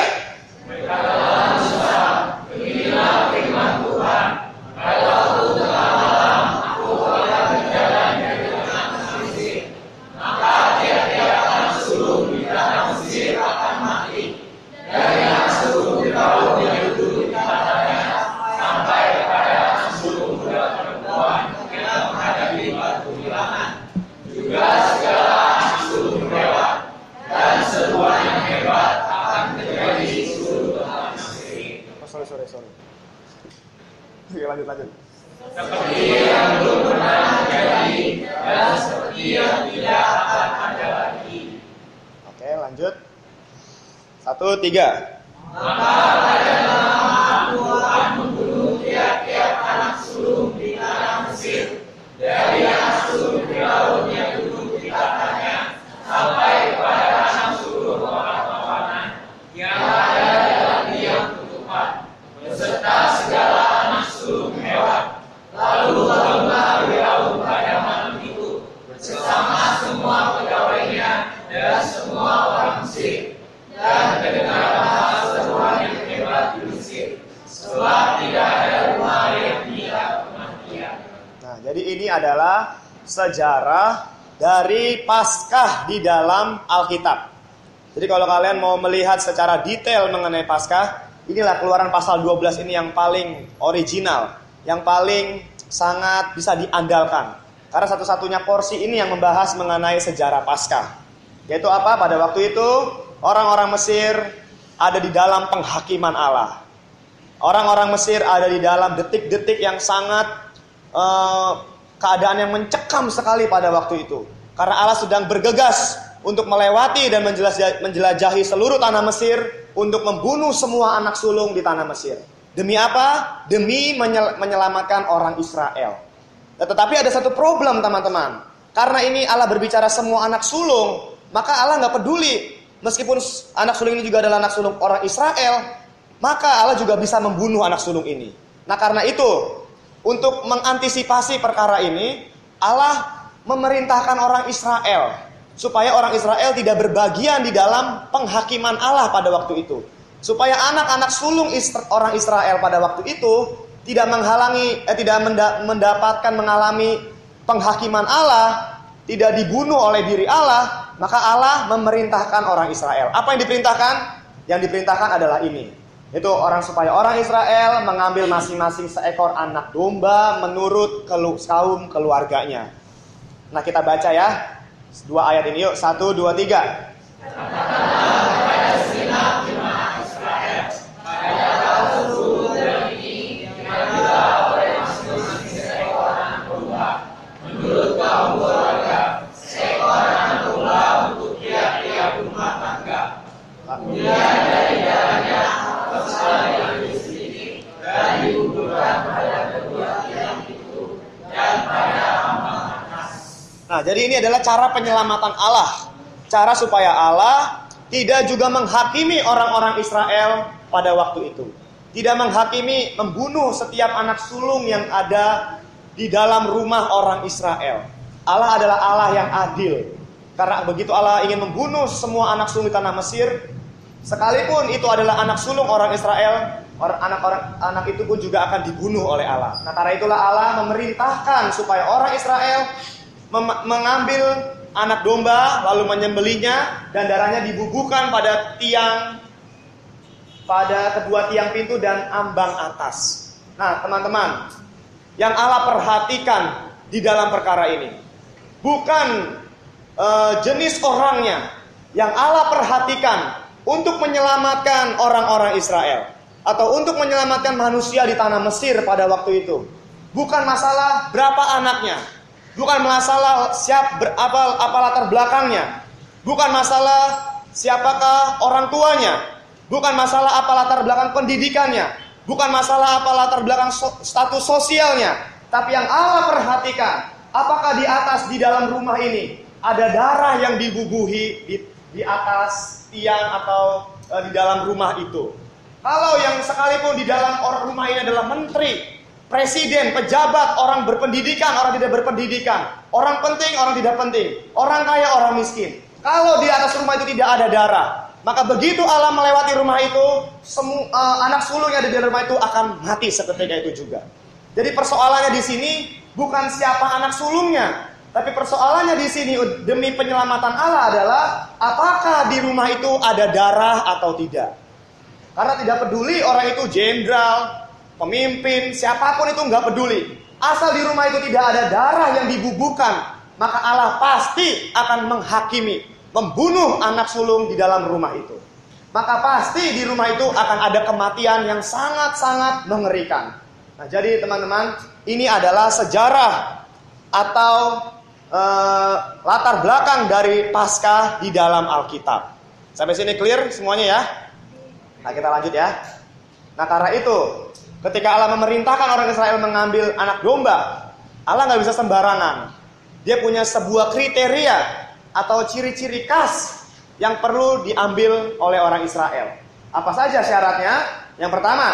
Inilah firman Tuhan. Kalau tengah malam aku akan berjalan dari tanah Mesir, maka tiap-tiap anak sulung di tanah Mesir akan mati. Dari anak sulung Firaun yang duduk di tanahnya sampai kepada anak sulung budak perempuan yang menghadapi batu bilangan, juga segala anak sulung hewan dan seruan yang hebat akan terjadi di seluruh tanah Mesir. Sorry. Oke, lanjut. Seperti yang belum pernah terjadi dan seperti yang tidak akan ada lagi. Oke, lanjut. 1, 3. Maka pada nama aku akan membunuh tiap-tiap anak sulung di tanah Mesir, dari anak sulung Firaun yang duduk di tanahnya sampai kepada anak sulung orang-orangan yang ada dalam diam tutupan, beserta segala anak sulung hewan. Lalu sejarah dari Paskah di dalam Alkitab. Jadi kalau kalian mau melihat secara detail mengenai Paskah, inilah Keluaran pasal 12 ini yang paling original, yang paling sangat bisa diandalkan. Karena satu-satunya porsi ini yang membahas mengenai sejarah Paskah. Yaitu apa? Pada waktu itu orang-orang Mesir ada di dalam penghakiman Allah. Orang-orang Mesir ada di dalam detik-detik yang sangat keadaan yang mencekam sekali pada waktu itu. Karena Allah sedang bergegas untuk melewati dan menjelajahi seluruh tanah Mesir untuk membunuh semua anak sulung di tanah Mesir. Demi apa? Demi menyelamatkan orang Israel. Tetapi ada satu problem teman-teman. Karena ini Allah berbicara semua anak sulung, maka Allah nggak peduli. Meskipun anak sulung ini juga adalah anak sulung orang Israel, maka Allah juga bisa membunuh anak sulung ini. Nah karena itu, untuk mengantisipasi perkara ini, Allah memerintahkan orang Israel supaya orang Israel tidak berbagian di dalam penghakiman Allah pada waktu itu. Supaya anak-anak sulung orang Israel pada waktu itu tidak mendapatkan mengalami penghakiman Allah, tidak dibunuh oleh diri Allah, maka Allah memerintahkan orang Israel. Apa yang diperintahkan? Yang diperintahkan adalah ini. Itu supaya orang Israel mengambil masing-masing seekor anak domba menurut kaum keluarganya. Nah kita baca ya 2 ayat ini yuk. 1, 2, 3. Menurut kaum keluarga, seekor anak domba untuk tiap-tiap rumah tangga. Kemudian dari darahnya kesalahan yang diselidiki dan dikumpulkan pada kedua tiang itu dan pada ambang atas. Nah, jadi ini adalah cara penyelamatan Allah. Cara supaya Allah tidak juga menghakimi orang-orang Israel pada waktu itu. Tidak menghakimi, membunuh setiap anak sulung yang ada di dalam rumah orang Israel. Allah adalah Allah yang adil. Karena begitu Allah ingin membunuh semua anak sulung di tanah Mesir, sekalipun itu adalah anak sulung orang Israel, anak itu pun juga akan dibunuh oleh Allah. Nah karena itulah Allah memerintahkan supaya orang Israel mengambil anak domba lalu menyembelihnya dan darahnya dibubuhkan pada kedua tiang pintu dan ambang atas. Nah teman-teman, yang Allah perhatikan di dalam perkara ini bukan jenis orangnya. Yang Allah perhatikan untuk menyelamatkan orang-orang Israel atau untuk menyelamatkan manusia di tanah Mesir pada waktu itu bukan masalah berapa anaknya, bukan masalah apa latar belakangnya, bukan masalah siapakah orang tuanya, bukan masalah apa latar belakang pendidikannya, bukan masalah apa latar belakang status sosialnya, tapi yang Allah perhatikan, apakah di atas di dalam rumah ini ada darah yang dibubuhi di atas tiang atau di dalam rumah itu. Kalau yang sekalipun di dalam rumah ini adalah menteri, presiden, pejabat, orang berpendidikan, orang tidak berpendidikan, orang penting, orang tidak penting, orang kaya, orang miskin. Kalau di atas rumah itu tidak ada darah, maka begitu Allah melewati rumah itu, semua anak sulung yang ada di rumah itu akan mati seketika itu juga. Jadi persoalannya di sini bukan siapa anak sulungnya, tapi persoalannya di sini demi penyelamatan Allah adalah apakah di rumah itu ada darah atau tidak. Karena tidak peduli orang itu jenderal, pemimpin, siapapun itu nggak peduli. Asal di rumah itu tidak ada darah yang dibubuhkan, maka Allah pasti akan menghakimi, membunuh anak sulung di dalam rumah itu. Maka pasti di rumah itu akan ada kematian yang sangat-sangat mengerikan. Nah, jadi teman-teman, ini adalah sejarah atau latar belakang dari Paskah di dalam Alkitab. Sampai sini clear semuanya ya? Nah, kita lanjut ya. Nah, karena itu, ketika Allah memerintahkan orang Israel mengambil anak domba, Allah nggak bisa sembarangan. Dia punya sebuah kriteria atau ciri-ciri khas yang perlu diambil oleh orang Israel. Apa saja syaratnya? Yang pertama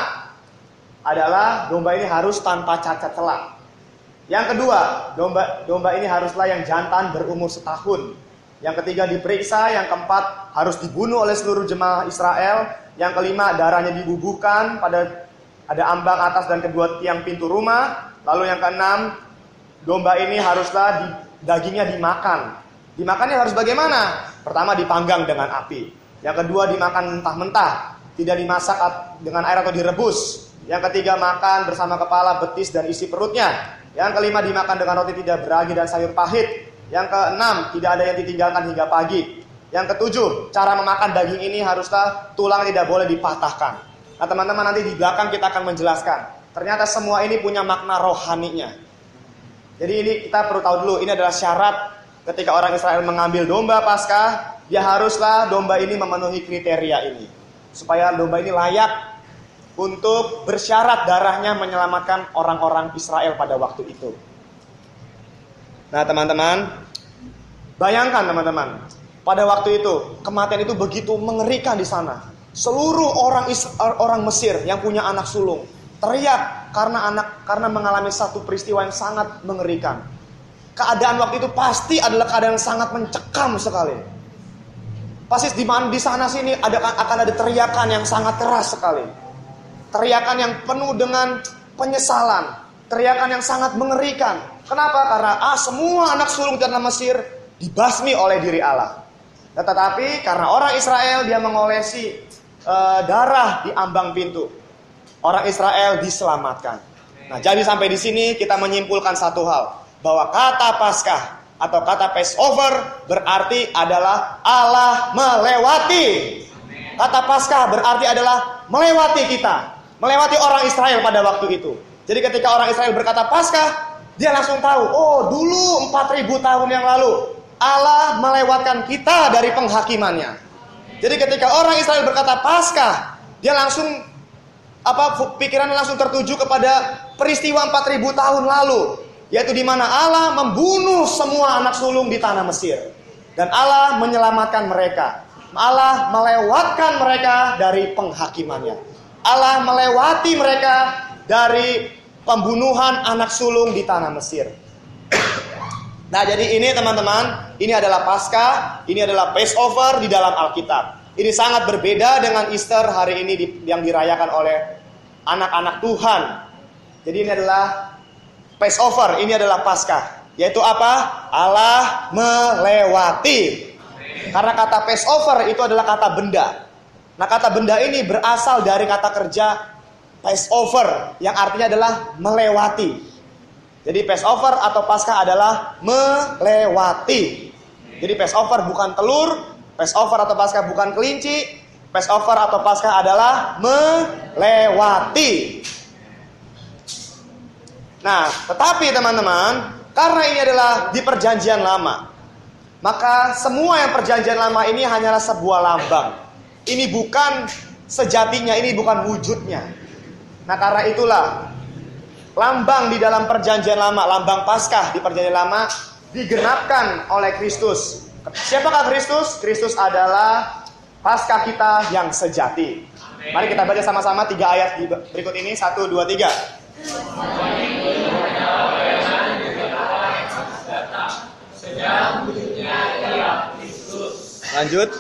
adalah domba ini harus tanpa cacat celah. Yang kedua, domba ini haruslah yang jantan berumur setahun. Yang ketiga diperiksa, yang keempat harus dibunuh oleh seluruh jemaah Israel. Yang kelima darahnya dibubuhkan pada ada ambang atas dan kedua tiang pintu rumah. Lalu yang keenam domba ini haruslah dagingnya dimakan. Dimakannya harus bagaimana? Pertama dipanggang dengan api. Yang kedua dimakan mentah-mentah, tidak dimasak dengan air atau direbus. Yang ketiga makan bersama kepala, betis, dan isi perutnya. Yang kelima dimakan dengan roti tidak beragi dan sayur pahit. Yang keenam tidak ada yang ditinggalkan hingga pagi. Yang ketujuh, cara memakan daging ini haruslah tulang tidak boleh dipatahkan. Nah teman-teman, nanti di belakang kita akan menjelaskan. Ternyata semua ini punya makna rohaninya. Jadi ini kita perlu tahu dulu, ini adalah syarat ketika orang Israel mengambil domba Paskah, dia haruslah domba ini memenuhi kriteria ini. Supaya domba ini layak untuk bersyarat darahnya menyelamatkan orang-orang Israel pada waktu itu. Nah teman-teman, bayangkan teman-teman, pada waktu itu kematian itu begitu mengerikan di sana. Seluruh orang Mesir yang punya anak sulung teriak karena mengalami satu peristiwa yang sangat mengerikan. Keadaan waktu itu pasti adalah keadaan yang sangat mencekam sekali. Pasti di sana sini akan ada teriakan yang sangat keras sekali. Teriakan yang penuh dengan penyesalan, teriakan yang sangat mengerikan. Kenapa? Karena semua anak sulung di tanah Mesir dibasmi oleh diri Allah. Tetapi karena orang Israel dia mengolesi darah di ambang pintu, orang Israel diselamatkan. Nah, jadi sampai di sini kita menyimpulkan satu hal, bahwa kata Paskah atau kata Passover berarti adalah Allah melewati. Kata Paskah berarti adalah melewati kita. Melewati orang Israel pada waktu itu. Jadi ketika orang Israel berkata Paskah, dia langsung tahu, oh dulu 4.000 tahun yang lalu Allah melewatkan kita dari penghakimannya. Jadi ketika orang Israel berkata Paskah, dia langsung pikirannya langsung tertuju kepada peristiwa 4.000 tahun lalu, yaitu di mana Allah membunuh semua anak sulung di tanah Mesir dan Allah menyelamatkan mereka. Allah melewatkan mereka dari penghakimannya. Allah melewati mereka dari pembunuhan anak sulung di tanah Mesir. Nah, jadi ini teman-teman, ini adalah Paskah, ini adalah Passover di dalam Alkitab. Ini sangat berbeda dengan Easter hari ini yang dirayakan oleh anak-anak Tuhan. Jadi ini adalah Passover, ini adalah Paskah. Yaitu apa? Allah melewati. Karena kata Passover itu adalah kata benda. Nah, kata benda ini berasal dari kata kerja Passover yang artinya adalah melewati. Jadi Passover atau Paskah adalah melewati. Jadi Passover bukan telur, Passover atau Paskah bukan kelinci, Passover atau Paskah adalah melewati. Nah, tetapi teman-teman, karena ini adalah di perjanjian lama, maka semua yang perjanjian lama ini hanyalah sebuah lambang. Ini bukan sejatinya, ini bukan wujudnya. Nah, karena itulah lambang di dalam perjanjian lama, lambang Paskah di perjanjian lama digenapkan oleh Kristus. Siapakah Kristus? Kristus adalah Paskah kita yang sejati. Mari kita baca sama-sama 3 ayat berikut ini. 1, 2, 3. Lanjut.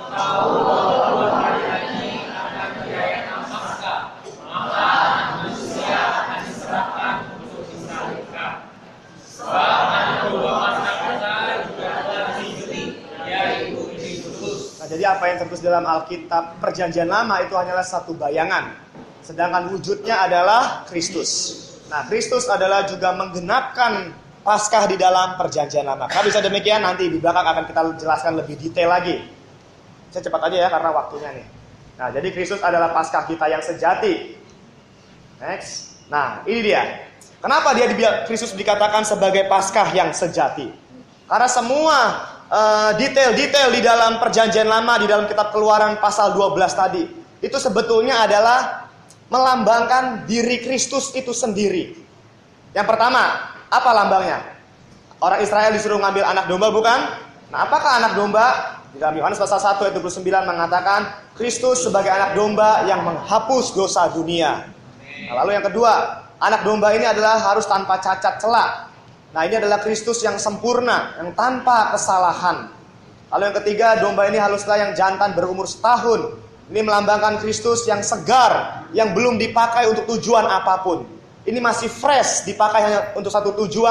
Jadi apa yang tertulis dalam Alkitab perjanjian lama itu hanyalah satu bayangan. Sedangkan wujudnya adalah Kristus. Nah, Kristus adalah juga menggenapkan Paskah di dalam perjanjian lama. Kalau bisa demikian, nanti di belakang akan kita jelaskan lebih detail lagi. Saya cepat aja ya karena waktunya nih. Nah, jadi Kristus adalah Paskah kita yang sejati. Next. Nah, ini dia. Kenapa Kristus dikatakan sebagai Paskah yang sejati? Karena semua detail-detail di dalam perjanjian lama, di dalam kitab Keluaran pasal 12 tadi, itu sebetulnya adalah melambangkan diri Kristus itu sendiri. Yang pertama, apa lambangnya? Orang Israel disuruh ngambil anak domba, bukan? Nah, apakah anak domba? Di dalam Yohanes pasal 1 ayat 29 mengatakan Kristus sebagai anak domba yang menghapus dosa dunia. Nah, lalu yang kedua, anak domba ini adalah harus tanpa cacat celah. Nah, ini adalah Kristus yang sempurna, yang tanpa kesalahan. Lalu yang ketiga, domba ini haruslah yang jantan berumur setahun. Ini melambangkan Kristus yang segar, yang belum dipakai untuk tujuan apapun. Ini masih fresh, dipakai hanya untuk satu tujuan,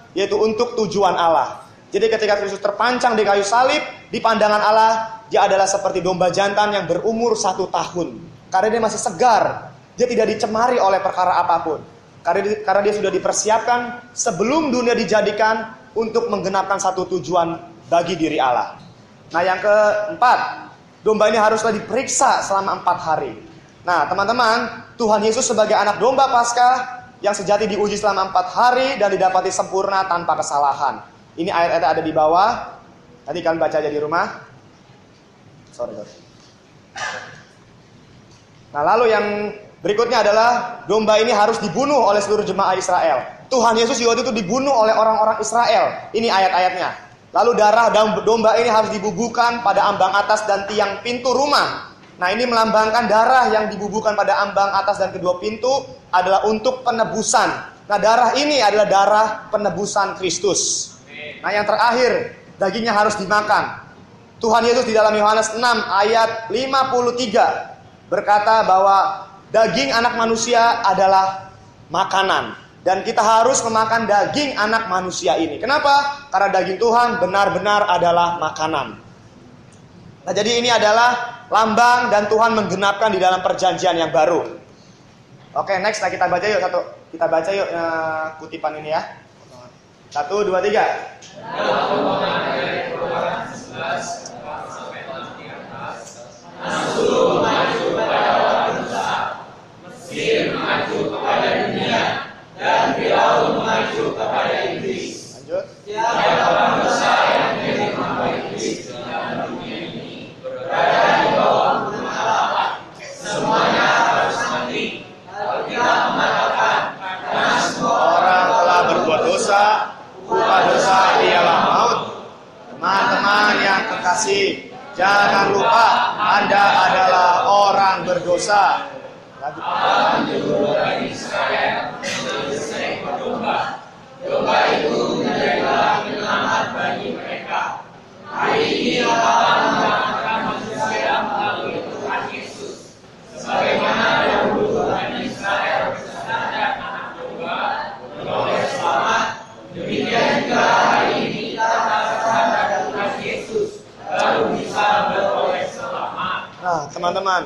yaitu untuk tujuan Allah. Jadi ketika Kristus terpancang di kayu salib, di pandangan Allah, dia adalah seperti domba jantan yang berumur 1 tahun. Karena dia masih segar, dia tidak dicemari oleh perkara apapun. Karena dia sudah dipersiapkan sebelum dunia dijadikan untuk menggenapkan satu tujuan bagi diri Allah. Nah yang keempat, domba ini haruslah diperiksa selama 4 hari. Nah teman-teman, Tuhan Yesus sebagai anak domba Paskah yang sejati diuji selama 4 hari dan didapati sempurna tanpa kesalahan. Ini ayat-ayat ada di bawah. Nanti kalian baca aja di rumah. Sorry. Nah lalu yang berikutnya adalah domba ini harus dibunuh oleh seluruh jemaah Israel. Tuhan Yesus waktu itu dibunuh oleh orang-orang Israel. Ini ayat-ayatnya. Lalu darah domba ini harus dibubuhkan pada ambang atas dan tiang pintu rumah. Nah ini melambangkan darah yang dibubuhkan pada ambang atas dan kedua pintu adalah untuk penebusan. Nah darah ini adalah darah penebusan Kristus. Nah yang terakhir, dagingnya harus dimakan. Tuhan Yesus di dalam Yohanes 6 ayat 53 berkata bahwa daging anak manusia adalah makanan. Dan kita harus memakan daging anak manusia ini. Kenapa? Karena daging Tuhan benar-benar adalah makanan. Nah jadi ini adalah lambang dan Tuhan menggenapkan di dalam perjanjian yang baru. Oke, next. Nah kita baca yuk Kita baca yuk kutipan ini ya. 1, 2, 3. Mesir mengacu kepada dunia dan Firaun mengacu kepada iblis. Lanjut. Siapa bangsa yang menjadi hamba iblis dalam dunia ini berada di bawah hukum Allah. Semuanya harus mati. Alkitab mengatakan karena semua Orang telah berbuat dosa, upah dosa ialah maut. Teman-teman yang kekasih, jangan lupa Anda adalah orang berdosa. Allah menyuruh Bani Israel menyembelih domba. Domba itu menjadilah penyelamat bagi mereka. Hari ini Allah menyelamatkan manusia melalui Tuhan Yesus. Sebagaimana dahulu Bani Israel bersandar anak domba memperoleh selamat, demikian juga hari ini kita bersandar Tuhan Yesus baru bisa beroleh selamat. Nah, teman-teman,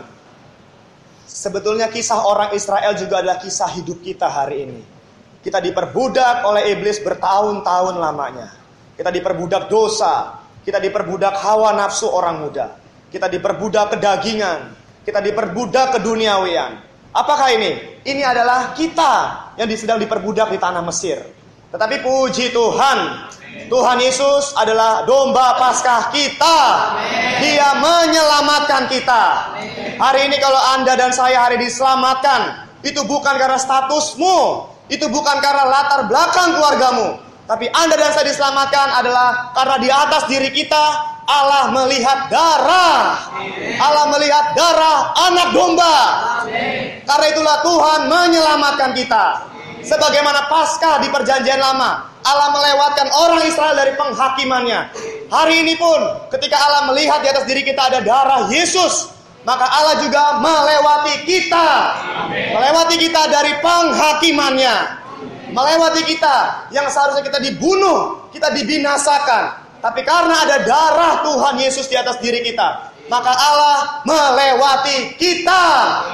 sebetulnya kisah orang Israel juga adalah kisah hidup kita hari ini. Kita diperbudak oleh iblis bertahun-tahun lamanya. Kita diperbudak dosa. Kita diperbudak hawa nafsu orang muda. Kita diperbudak kedagingan. Kita diperbudak keduniawian. Apakah ini? Ini adalah kita yang sedang diperbudak di tanah Mesir. Tetapi puji Tuhan, Tuhan Yesus adalah domba Paskah kita. Dia menyelamatkan kita. Hari ini kalau Anda dan saya hari diselamatkan, itu bukan karena statusmu, itu bukan karena latar belakang keluargamu, tapi Anda dan saya diselamatkan adalah karena di atas diri kita Allah melihat darah. Allah melihat darah anak domba. Karena itulah Tuhan menyelamatkan kita. Sebagaimana Paskah di perjanjian lama, Allah melewatkan orang Israel dari penghakimannya. Hari ini pun ketika Allah melihat di atas diri kita ada darah Yesus, maka Allah juga melewati kita. Melewati kita dari penghakimannya. Melewati kita yang seharusnya kita dibunuh, kita dibinasakan. Tapi karena ada darah Tuhan Yesus di atas diri kita, maka Allah melewati kita.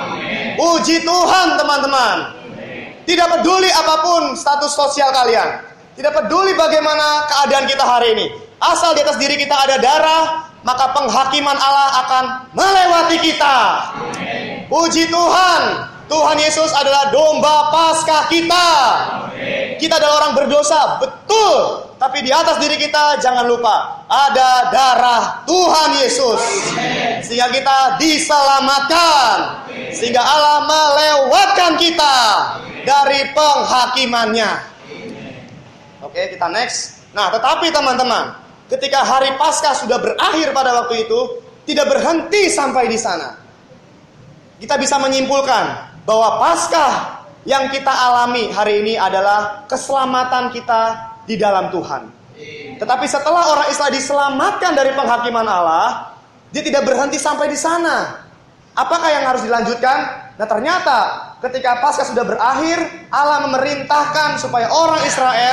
Puji Tuhan teman-teman. Tidak peduli apapun status sosial kalian, tidak peduli bagaimana keadaan kita hari ini, asal di atas diri kita ada darah, maka penghakiman Allah akan melewati kita. Puji Tuhan, Tuhan Yesus adalah domba Paskah kita. Kita adalah orang berdosa, betul. Tapi di atas diri kita jangan lupa ada darah Tuhan Yesus, sehingga kita diselamatkan, sehingga Allah melewatkan kita dari penghakimannya. Oke, kita next. Nah, tetapi teman-teman, ketika hari Paskah sudah berakhir pada waktu itu, tidak berhenti sampai di sana. Kita bisa menyimpulkan bahwa Paskah yang kita alami hari ini adalah keselamatan kita di dalam Tuhan. Tetapi setelah orang Israel diselamatkan dari penghakiman Allah, dia tidak berhenti sampai di sana. Apakah yang harus dilanjutkan? Nah, ternyata ketika Paskah sudah berakhir, Allah memerintahkan supaya orang Israel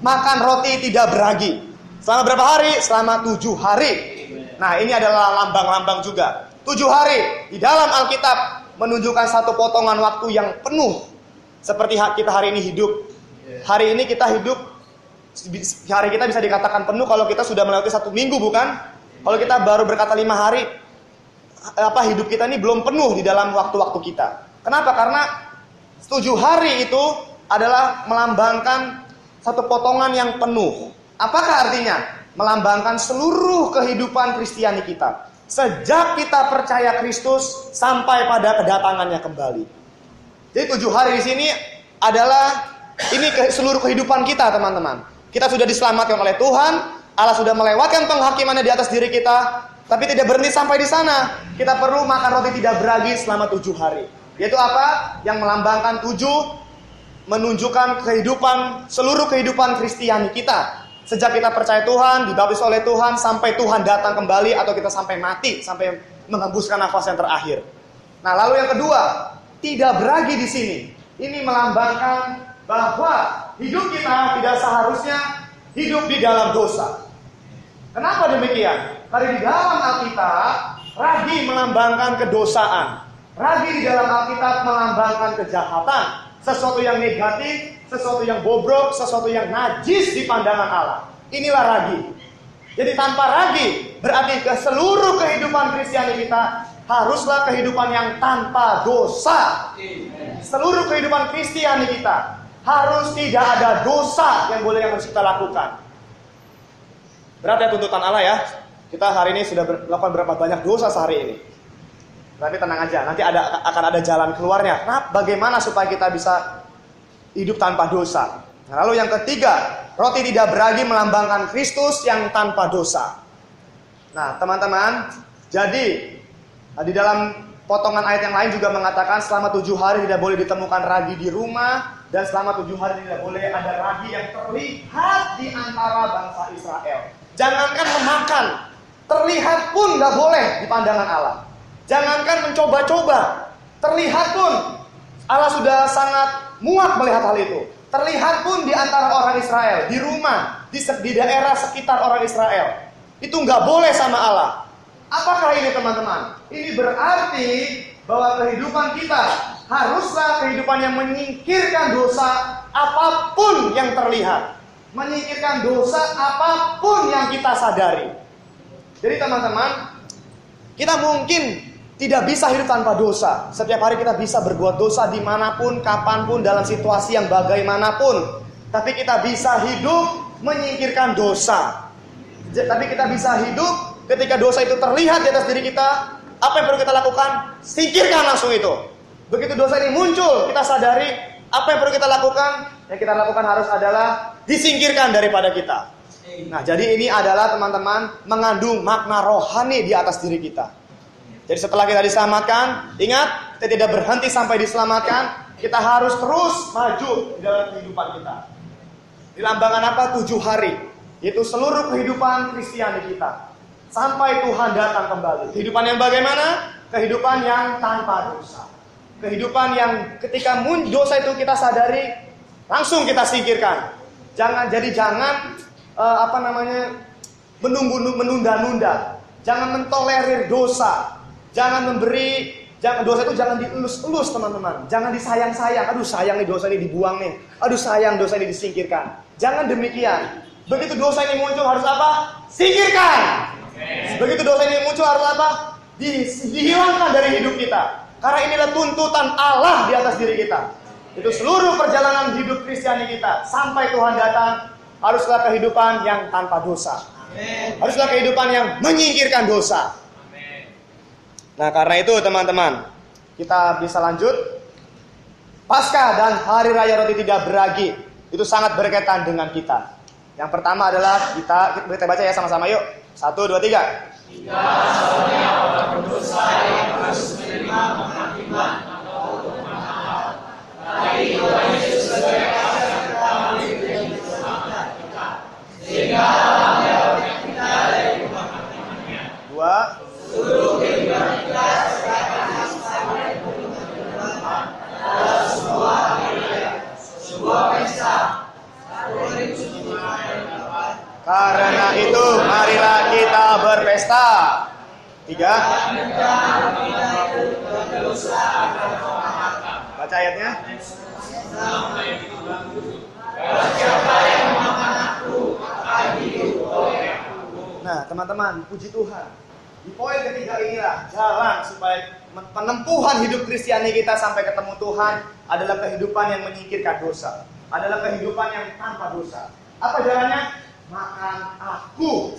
makan roti tidak beragi. Selama berapa hari? Selama 7 hari. Nah, ini adalah lambang-lambang juga. 7 hari di dalam Alkitab menunjukkan satu potongan waktu yang penuh. Seperti kita hari ini hidup. Hari ini kita hidup, hari kita bisa dikatakan penuh kalau kita sudah melewati 1 minggu, bukan? Kalau kita baru berkata 5 hari, hidup kita ini belum penuh di dalam waktu-waktu kita. Kenapa? Karena 7 hari itu adalah melambangkan satu potongan yang penuh. Apakah artinya? Melambangkan seluruh kehidupan Kristiani kita. Sejak kita percaya Kristus sampai pada kedatangannya kembali. Jadi 7 hari di sini adalah seluruh kehidupan kita, teman-teman. Kita sudah diselamatkan oleh Tuhan. Allah sudah melewatkan penghakimannya di atas diri kita. Tapi tidak berhenti sampai di sana. Kita perlu makan roti tidak beragi selama 7 hari. Yaitu apa? Yang melambangkan 7, menunjukkan seluruh kehidupan Kristiani kita. Sejak kita percaya Tuhan, dibaptis oleh Tuhan, sampai Tuhan datang kembali, atau kita sampai mati, sampai menghembuskan nafas yang terakhir. Nah, lalu yang kedua, tidak beragi di sini. Ini melambangkan bahwa hidup kita tidak seharusnya hidup di dalam dosa. Kenapa demikian? Karena di dalam Alkitab, ragi melambangkan kedosaan. Ragi di dalam Alkitab melambangkan kejahatan. Sesuatu yang negatif, sesuatu yang bobrok, sesuatu yang najis di pandangan Allah. Inilah ragi. Jadi tanpa ragi, berarti ke seluruh kehidupan Kristiani kita haruslah kehidupan yang tanpa dosa. Seluruh kehidupan Kristiani kita harus tidak ada dosa yang harus kita lakukan. Berat ya tuntutan Allah ya. Kita hari ini sudah melakukan berapa banyak dosa sehari ini. Tapi tenang aja, nanti akan ada jalan keluarnya. Nah, bagaimana supaya kita bisa hidup tanpa dosa? Nah, lalu yang ketiga, roti tidak beragi melambangkan Kristus yang tanpa dosa. Nah, teman-teman, jadi di dalam potongan ayat yang lain juga mengatakan selama 7 hari tidak boleh ditemukan ragi di rumah, dan selama 7 hari tidak boleh ada ragi yang terlihat di antara bangsa Israel. Jangankan memakan, terlihat pun nggak boleh di pandangan Allah. Jangankan mencoba-coba, terlihat pun Allah sudah sangat muak melihat hal itu. Terlihat pun di antara orang Israel, di rumah, di daerah sekitar orang Israel. Itu nggak boleh sama Allah. Apakah ini, teman-teman? Ini berarti bahwa kehidupan kita haruslah kehidupan yang menyingkirkan dosa apapun yang terlihat. Menyingkirkan dosa apapun yang kita sadari. Jadi teman-teman, kita mungkin tidak bisa hidup tanpa dosa. Setiap hari kita bisa berbuat dosa dimanapun, kapanpun, dalam situasi yang bagaimanapun. Tapi kita bisa hidup menyingkirkan dosa. Tapi kita bisa hidup ketika dosa itu terlihat di atas diri kita. Apa yang perlu kita lakukan? Singkirkan langsung itu. Begitu dosa ini muncul, kita sadari apa yang perlu kita lakukan. Yang kita lakukan harus adalah disingkirkan daripada kita. Nah, jadi ini adalah, teman-teman, mengandung makna rohani di atas diri kita. Jadi setelah kita diselamatkan, ingat, kita tidak berhenti sampai diselamatkan. Kita harus terus maju di dalam kehidupan kita. Dilambangkan apa? 7 hari. Yaitu seluruh kehidupan Kristiani kita. Sampai Tuhan datang kembali. Kehidupan yang bagaimana? Kehidupan yang tanpa dosa. Kehidupan yang ketika dosa itu kita sadari, langsung kita singkirkan. Jangan menunda-nunda. Jangan mentolerir dosa. Dosa itu jangan dielus-elus, teman-teman. Jangan disayang-sayang. Aduh, sayang nih dosa ini dibuang nih. Aduh, sayang dosa ini disingkirkan. Jangan demikian. Begitu dosa ini muncul harus apa? Singkirkan. Begitu dosa ini muncul harus apa? Dihilangkan dari hidup kita. Karena inilah tuntutan Allah di atas diri kita. Itu seluruh perjalanan hidup Kristiani kita sampai Tuhan datang haruslah kehidupan yang tanpa dosa. Haruslah kehidupan yang menyingkirkan dosa. Nah, karena itu, teman-teman, kita bisa lanjut. Paskah dan Hari Raya Roti Tidak Beragi itu sangat berkaitan dengan kita. Yang pertama adalah kita baca ya sama-sama yuk. 1, 2, 3. Jika seorang orang berdosa yang harus menerima penghakiman atau hukuman Allah, tapi Tuhan Yesus sebagai Allah yang pertama menjadi keselamatan kita, sehingga Allah menyelamatkan kita dari penghakimannya. 2. Seluruh kehidupan kita serahkan sampai kehidupan adalah sebuah hari raya, sebuah pesta, satu hari cuma berpesta. 3. Baca ayatnya. Nah, teman-teman, puji Tuhan. Di poin ketiga inilah jalan supaya penempuhan hidup Kristiani kita sampai ketemu Tuhan adalah kehidupan yang menyingkirkan dosa. Adalah kehidupan yang tanpa dosa. Apa jalannya? Makan aku.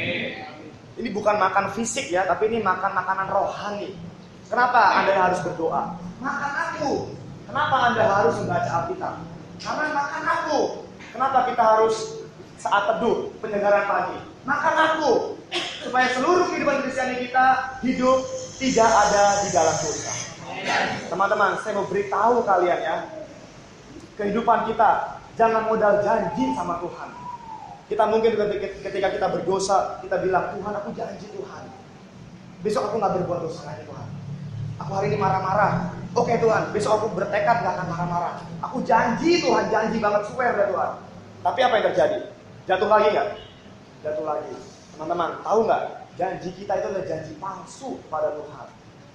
Ini bukan makan fisik ya, tapi ini makan makanan rohani. Kenapa Anda harus berdoa? Makan aku. Kenapa Anda harus membaca Alkitab? Karena makan aku. Kenapa kita harus saat teduh, penyegaran pagi? Makan aku. Supaya seluruh kehidupan Kristiani kita hidup tidak ada di dalam dosa. Teman-teman, saya mau beritahu kalian ya. Kehidupan kita jangan modal janji sama Tuhan. Kita mungkin ketika kita berdosa, kita bilang, Tuhan aku janji Tuhan, besok aku gak berbuat dosa lagi Tuhan. Aku hari ini marah-marah. Oke Tuhan, besok aku bertekad gak akan marah-marah. Aku janji Tuhan, janji banget, swear ya Tuhan. Tapi apa yang terjadi? Jatuh lagi gak? Jatuh lagi. Teman-teman, tahu gak? Janji kita itu adalah janji palsu pada Tuhan.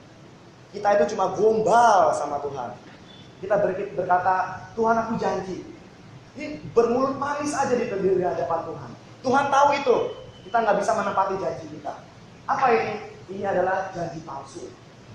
Kita itu cuma gombal sama Tuhan. Kita berkata, Tuhan aku janji. Ini bermulut manis aja di hadapan Tuhan. Tuhan tahu itu. Kita nggak bisa menepati janji kita. Apa ini? Ini adalah janji palsu.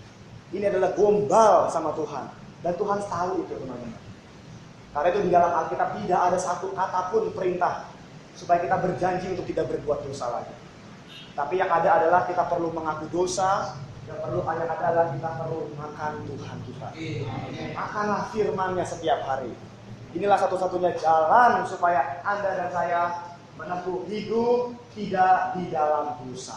Ini adalah gombal sama Tuhan. Dan Tuhan tahu itu teman-teman. Karena itu di dalam Alkitab tidak ada satu kata pun perintah supaya kita berjanji untuk tidak berbuat dosa lagi. Tapi yang ada adalah kita perlu mengaku dosa. Yang ada adalah kita perlu makan Tuhan kita. Makanlah firman-Nya setiap hari. Inilah satu-satunya jalan supaya Anda dan saya menempuh hidup tidak di dalam dosa.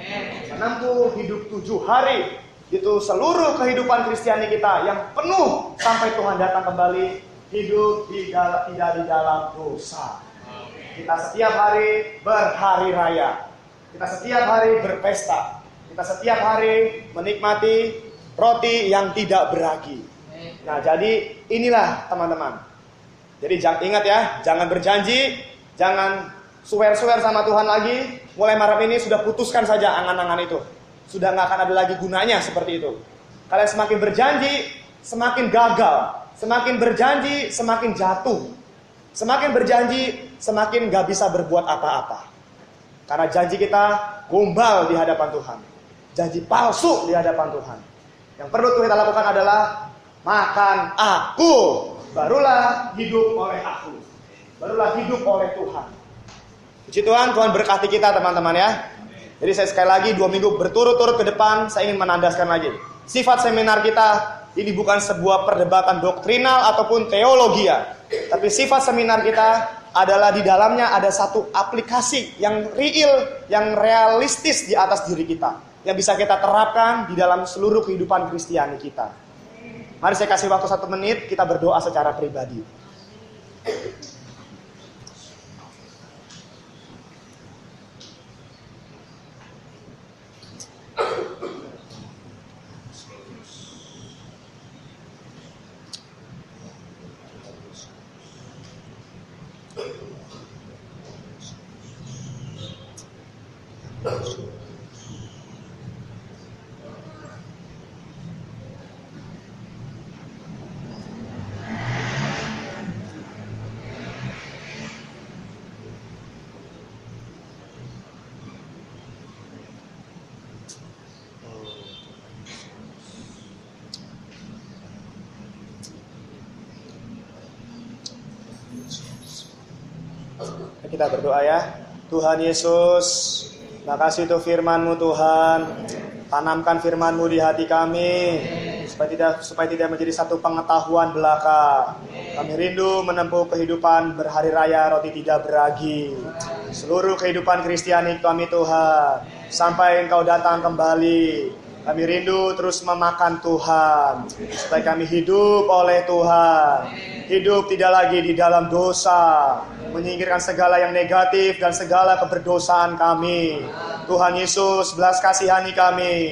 Menempuh hidup 7 hari. Itu seluruh kehidupan Kristiani kita yang penuh sampai Tuhan datang kembali. Hidup tidak di dalam dosa. Kita setiap hari berhari raya. Kita setiap hari berpesta. Kita setiap hari menikmati roti yang tidak beragi. Nah, jadi inilah teman-teman. Jadi ingat ya, jangan berjanji, jangan swear-swear sama Tuhan lagi. Mulai malam ini sudah putuskan saja angan-angan itu. Sudah nggak akan ada lagi gunanya seperti itu. Kalian semakin berjanji, semakin gagal. Semakin berjanji, semakin jatuh. Semakin berjanji, semakin nggak bisa berbuat apa-apa. Karena janji kita gombal di hadapan Tuhan. Janji palsu di hadapan Tuhan. Yang perlu kita lakukan adalah makan aku. Barulah hidup oleh aku. Barulah hidup oleh Tuhan. Puji Tuhan, Tuhan berkati kita teman-teman ya. Jadi saya sekali lagi 2 minggu berturut-turut ke depan, saya ingin menandaskan lagi. Sifat seminar kita ini bukan sebuah perdebatan doktrinal ataupun teologi ya. Tapi sifat seminar kita adalah di dalamnya ada satu aplikasi yang real, yang realistis di atas diri kita. Yang bisa kita terapkan di dalam seluruh kehidupan Kristiani kita. Mari saya kasih waktu 1 menit, kita berdoa secara pribadi. Kita berdoa ya. Tuhan Yesus, makasih untuk firman-Mu Tuhan. Tanamkan firman-Mu di hati kami supaya tidak menjadi satu pengetahuan belaka. Kami rindu menempuh kehidupan berhari raya roti tidak beragi. Seluruh kehidupan Kristiani kami Tuhan, sampai Engkau datang kembali. Kami rindu terus memakan Tuhan, supaya kami hidup oleh Tuhan. Hidup tidak lagi di dalam dosa, menyingkirkan segala yang negatif dan segala keberdosaan kami. Tuhan Yesus, belas kasihani kami.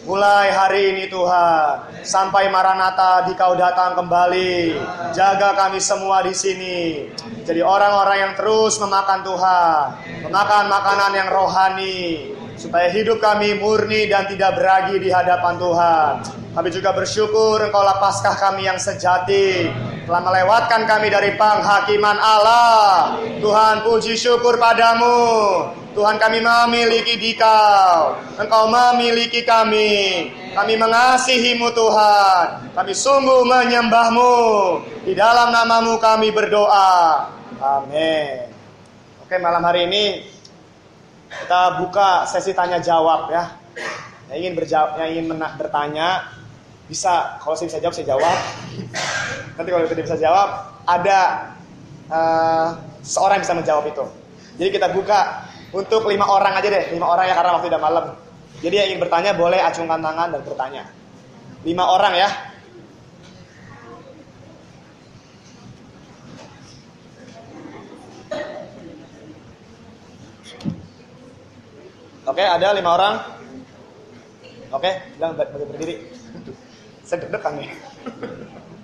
Mulai hari ini Tuhan, sampai Maranatha Dikau datang kembali, jaga kami semua di sini. Jadi orang-orang yang terus memakan Tuhan, memakan makanan yang rohani, supaya hidup kami murni dan tidak beragi di hadapan Tuhan. Kami juga bersyukur Engkaulah Paskah kami yang sejati, telah melewatkan kami dari penghakiman Allah. Tuhan, puji syukur padamu. Tuhan, kami memiliki Dikau, Engkau memiliki kami. Kami mengasihi-Mu Tuhan. Kami sungguh menyembah-Mu. Di dalam nama-Mu kami berdoa. Amin. Oke, malam hari ini kita buka sesi tanya jawab ya. Yang ingin bertanya bisa, kalau saya bisa jawab saya jawab. Nanti kalau tidak bisa jawab, ada seorang yang bisa menjawab itu. Jadi kita buka untuk 5 orang aja deh, 5 orang ya, karena waktu udah malam. Jadi yang ingin bertanya boleh acungkan tangan dan bertanya. 5 orang ya. Oke, ada 5 orang. Oke, bilang berdiri. Saya deg-degan nih.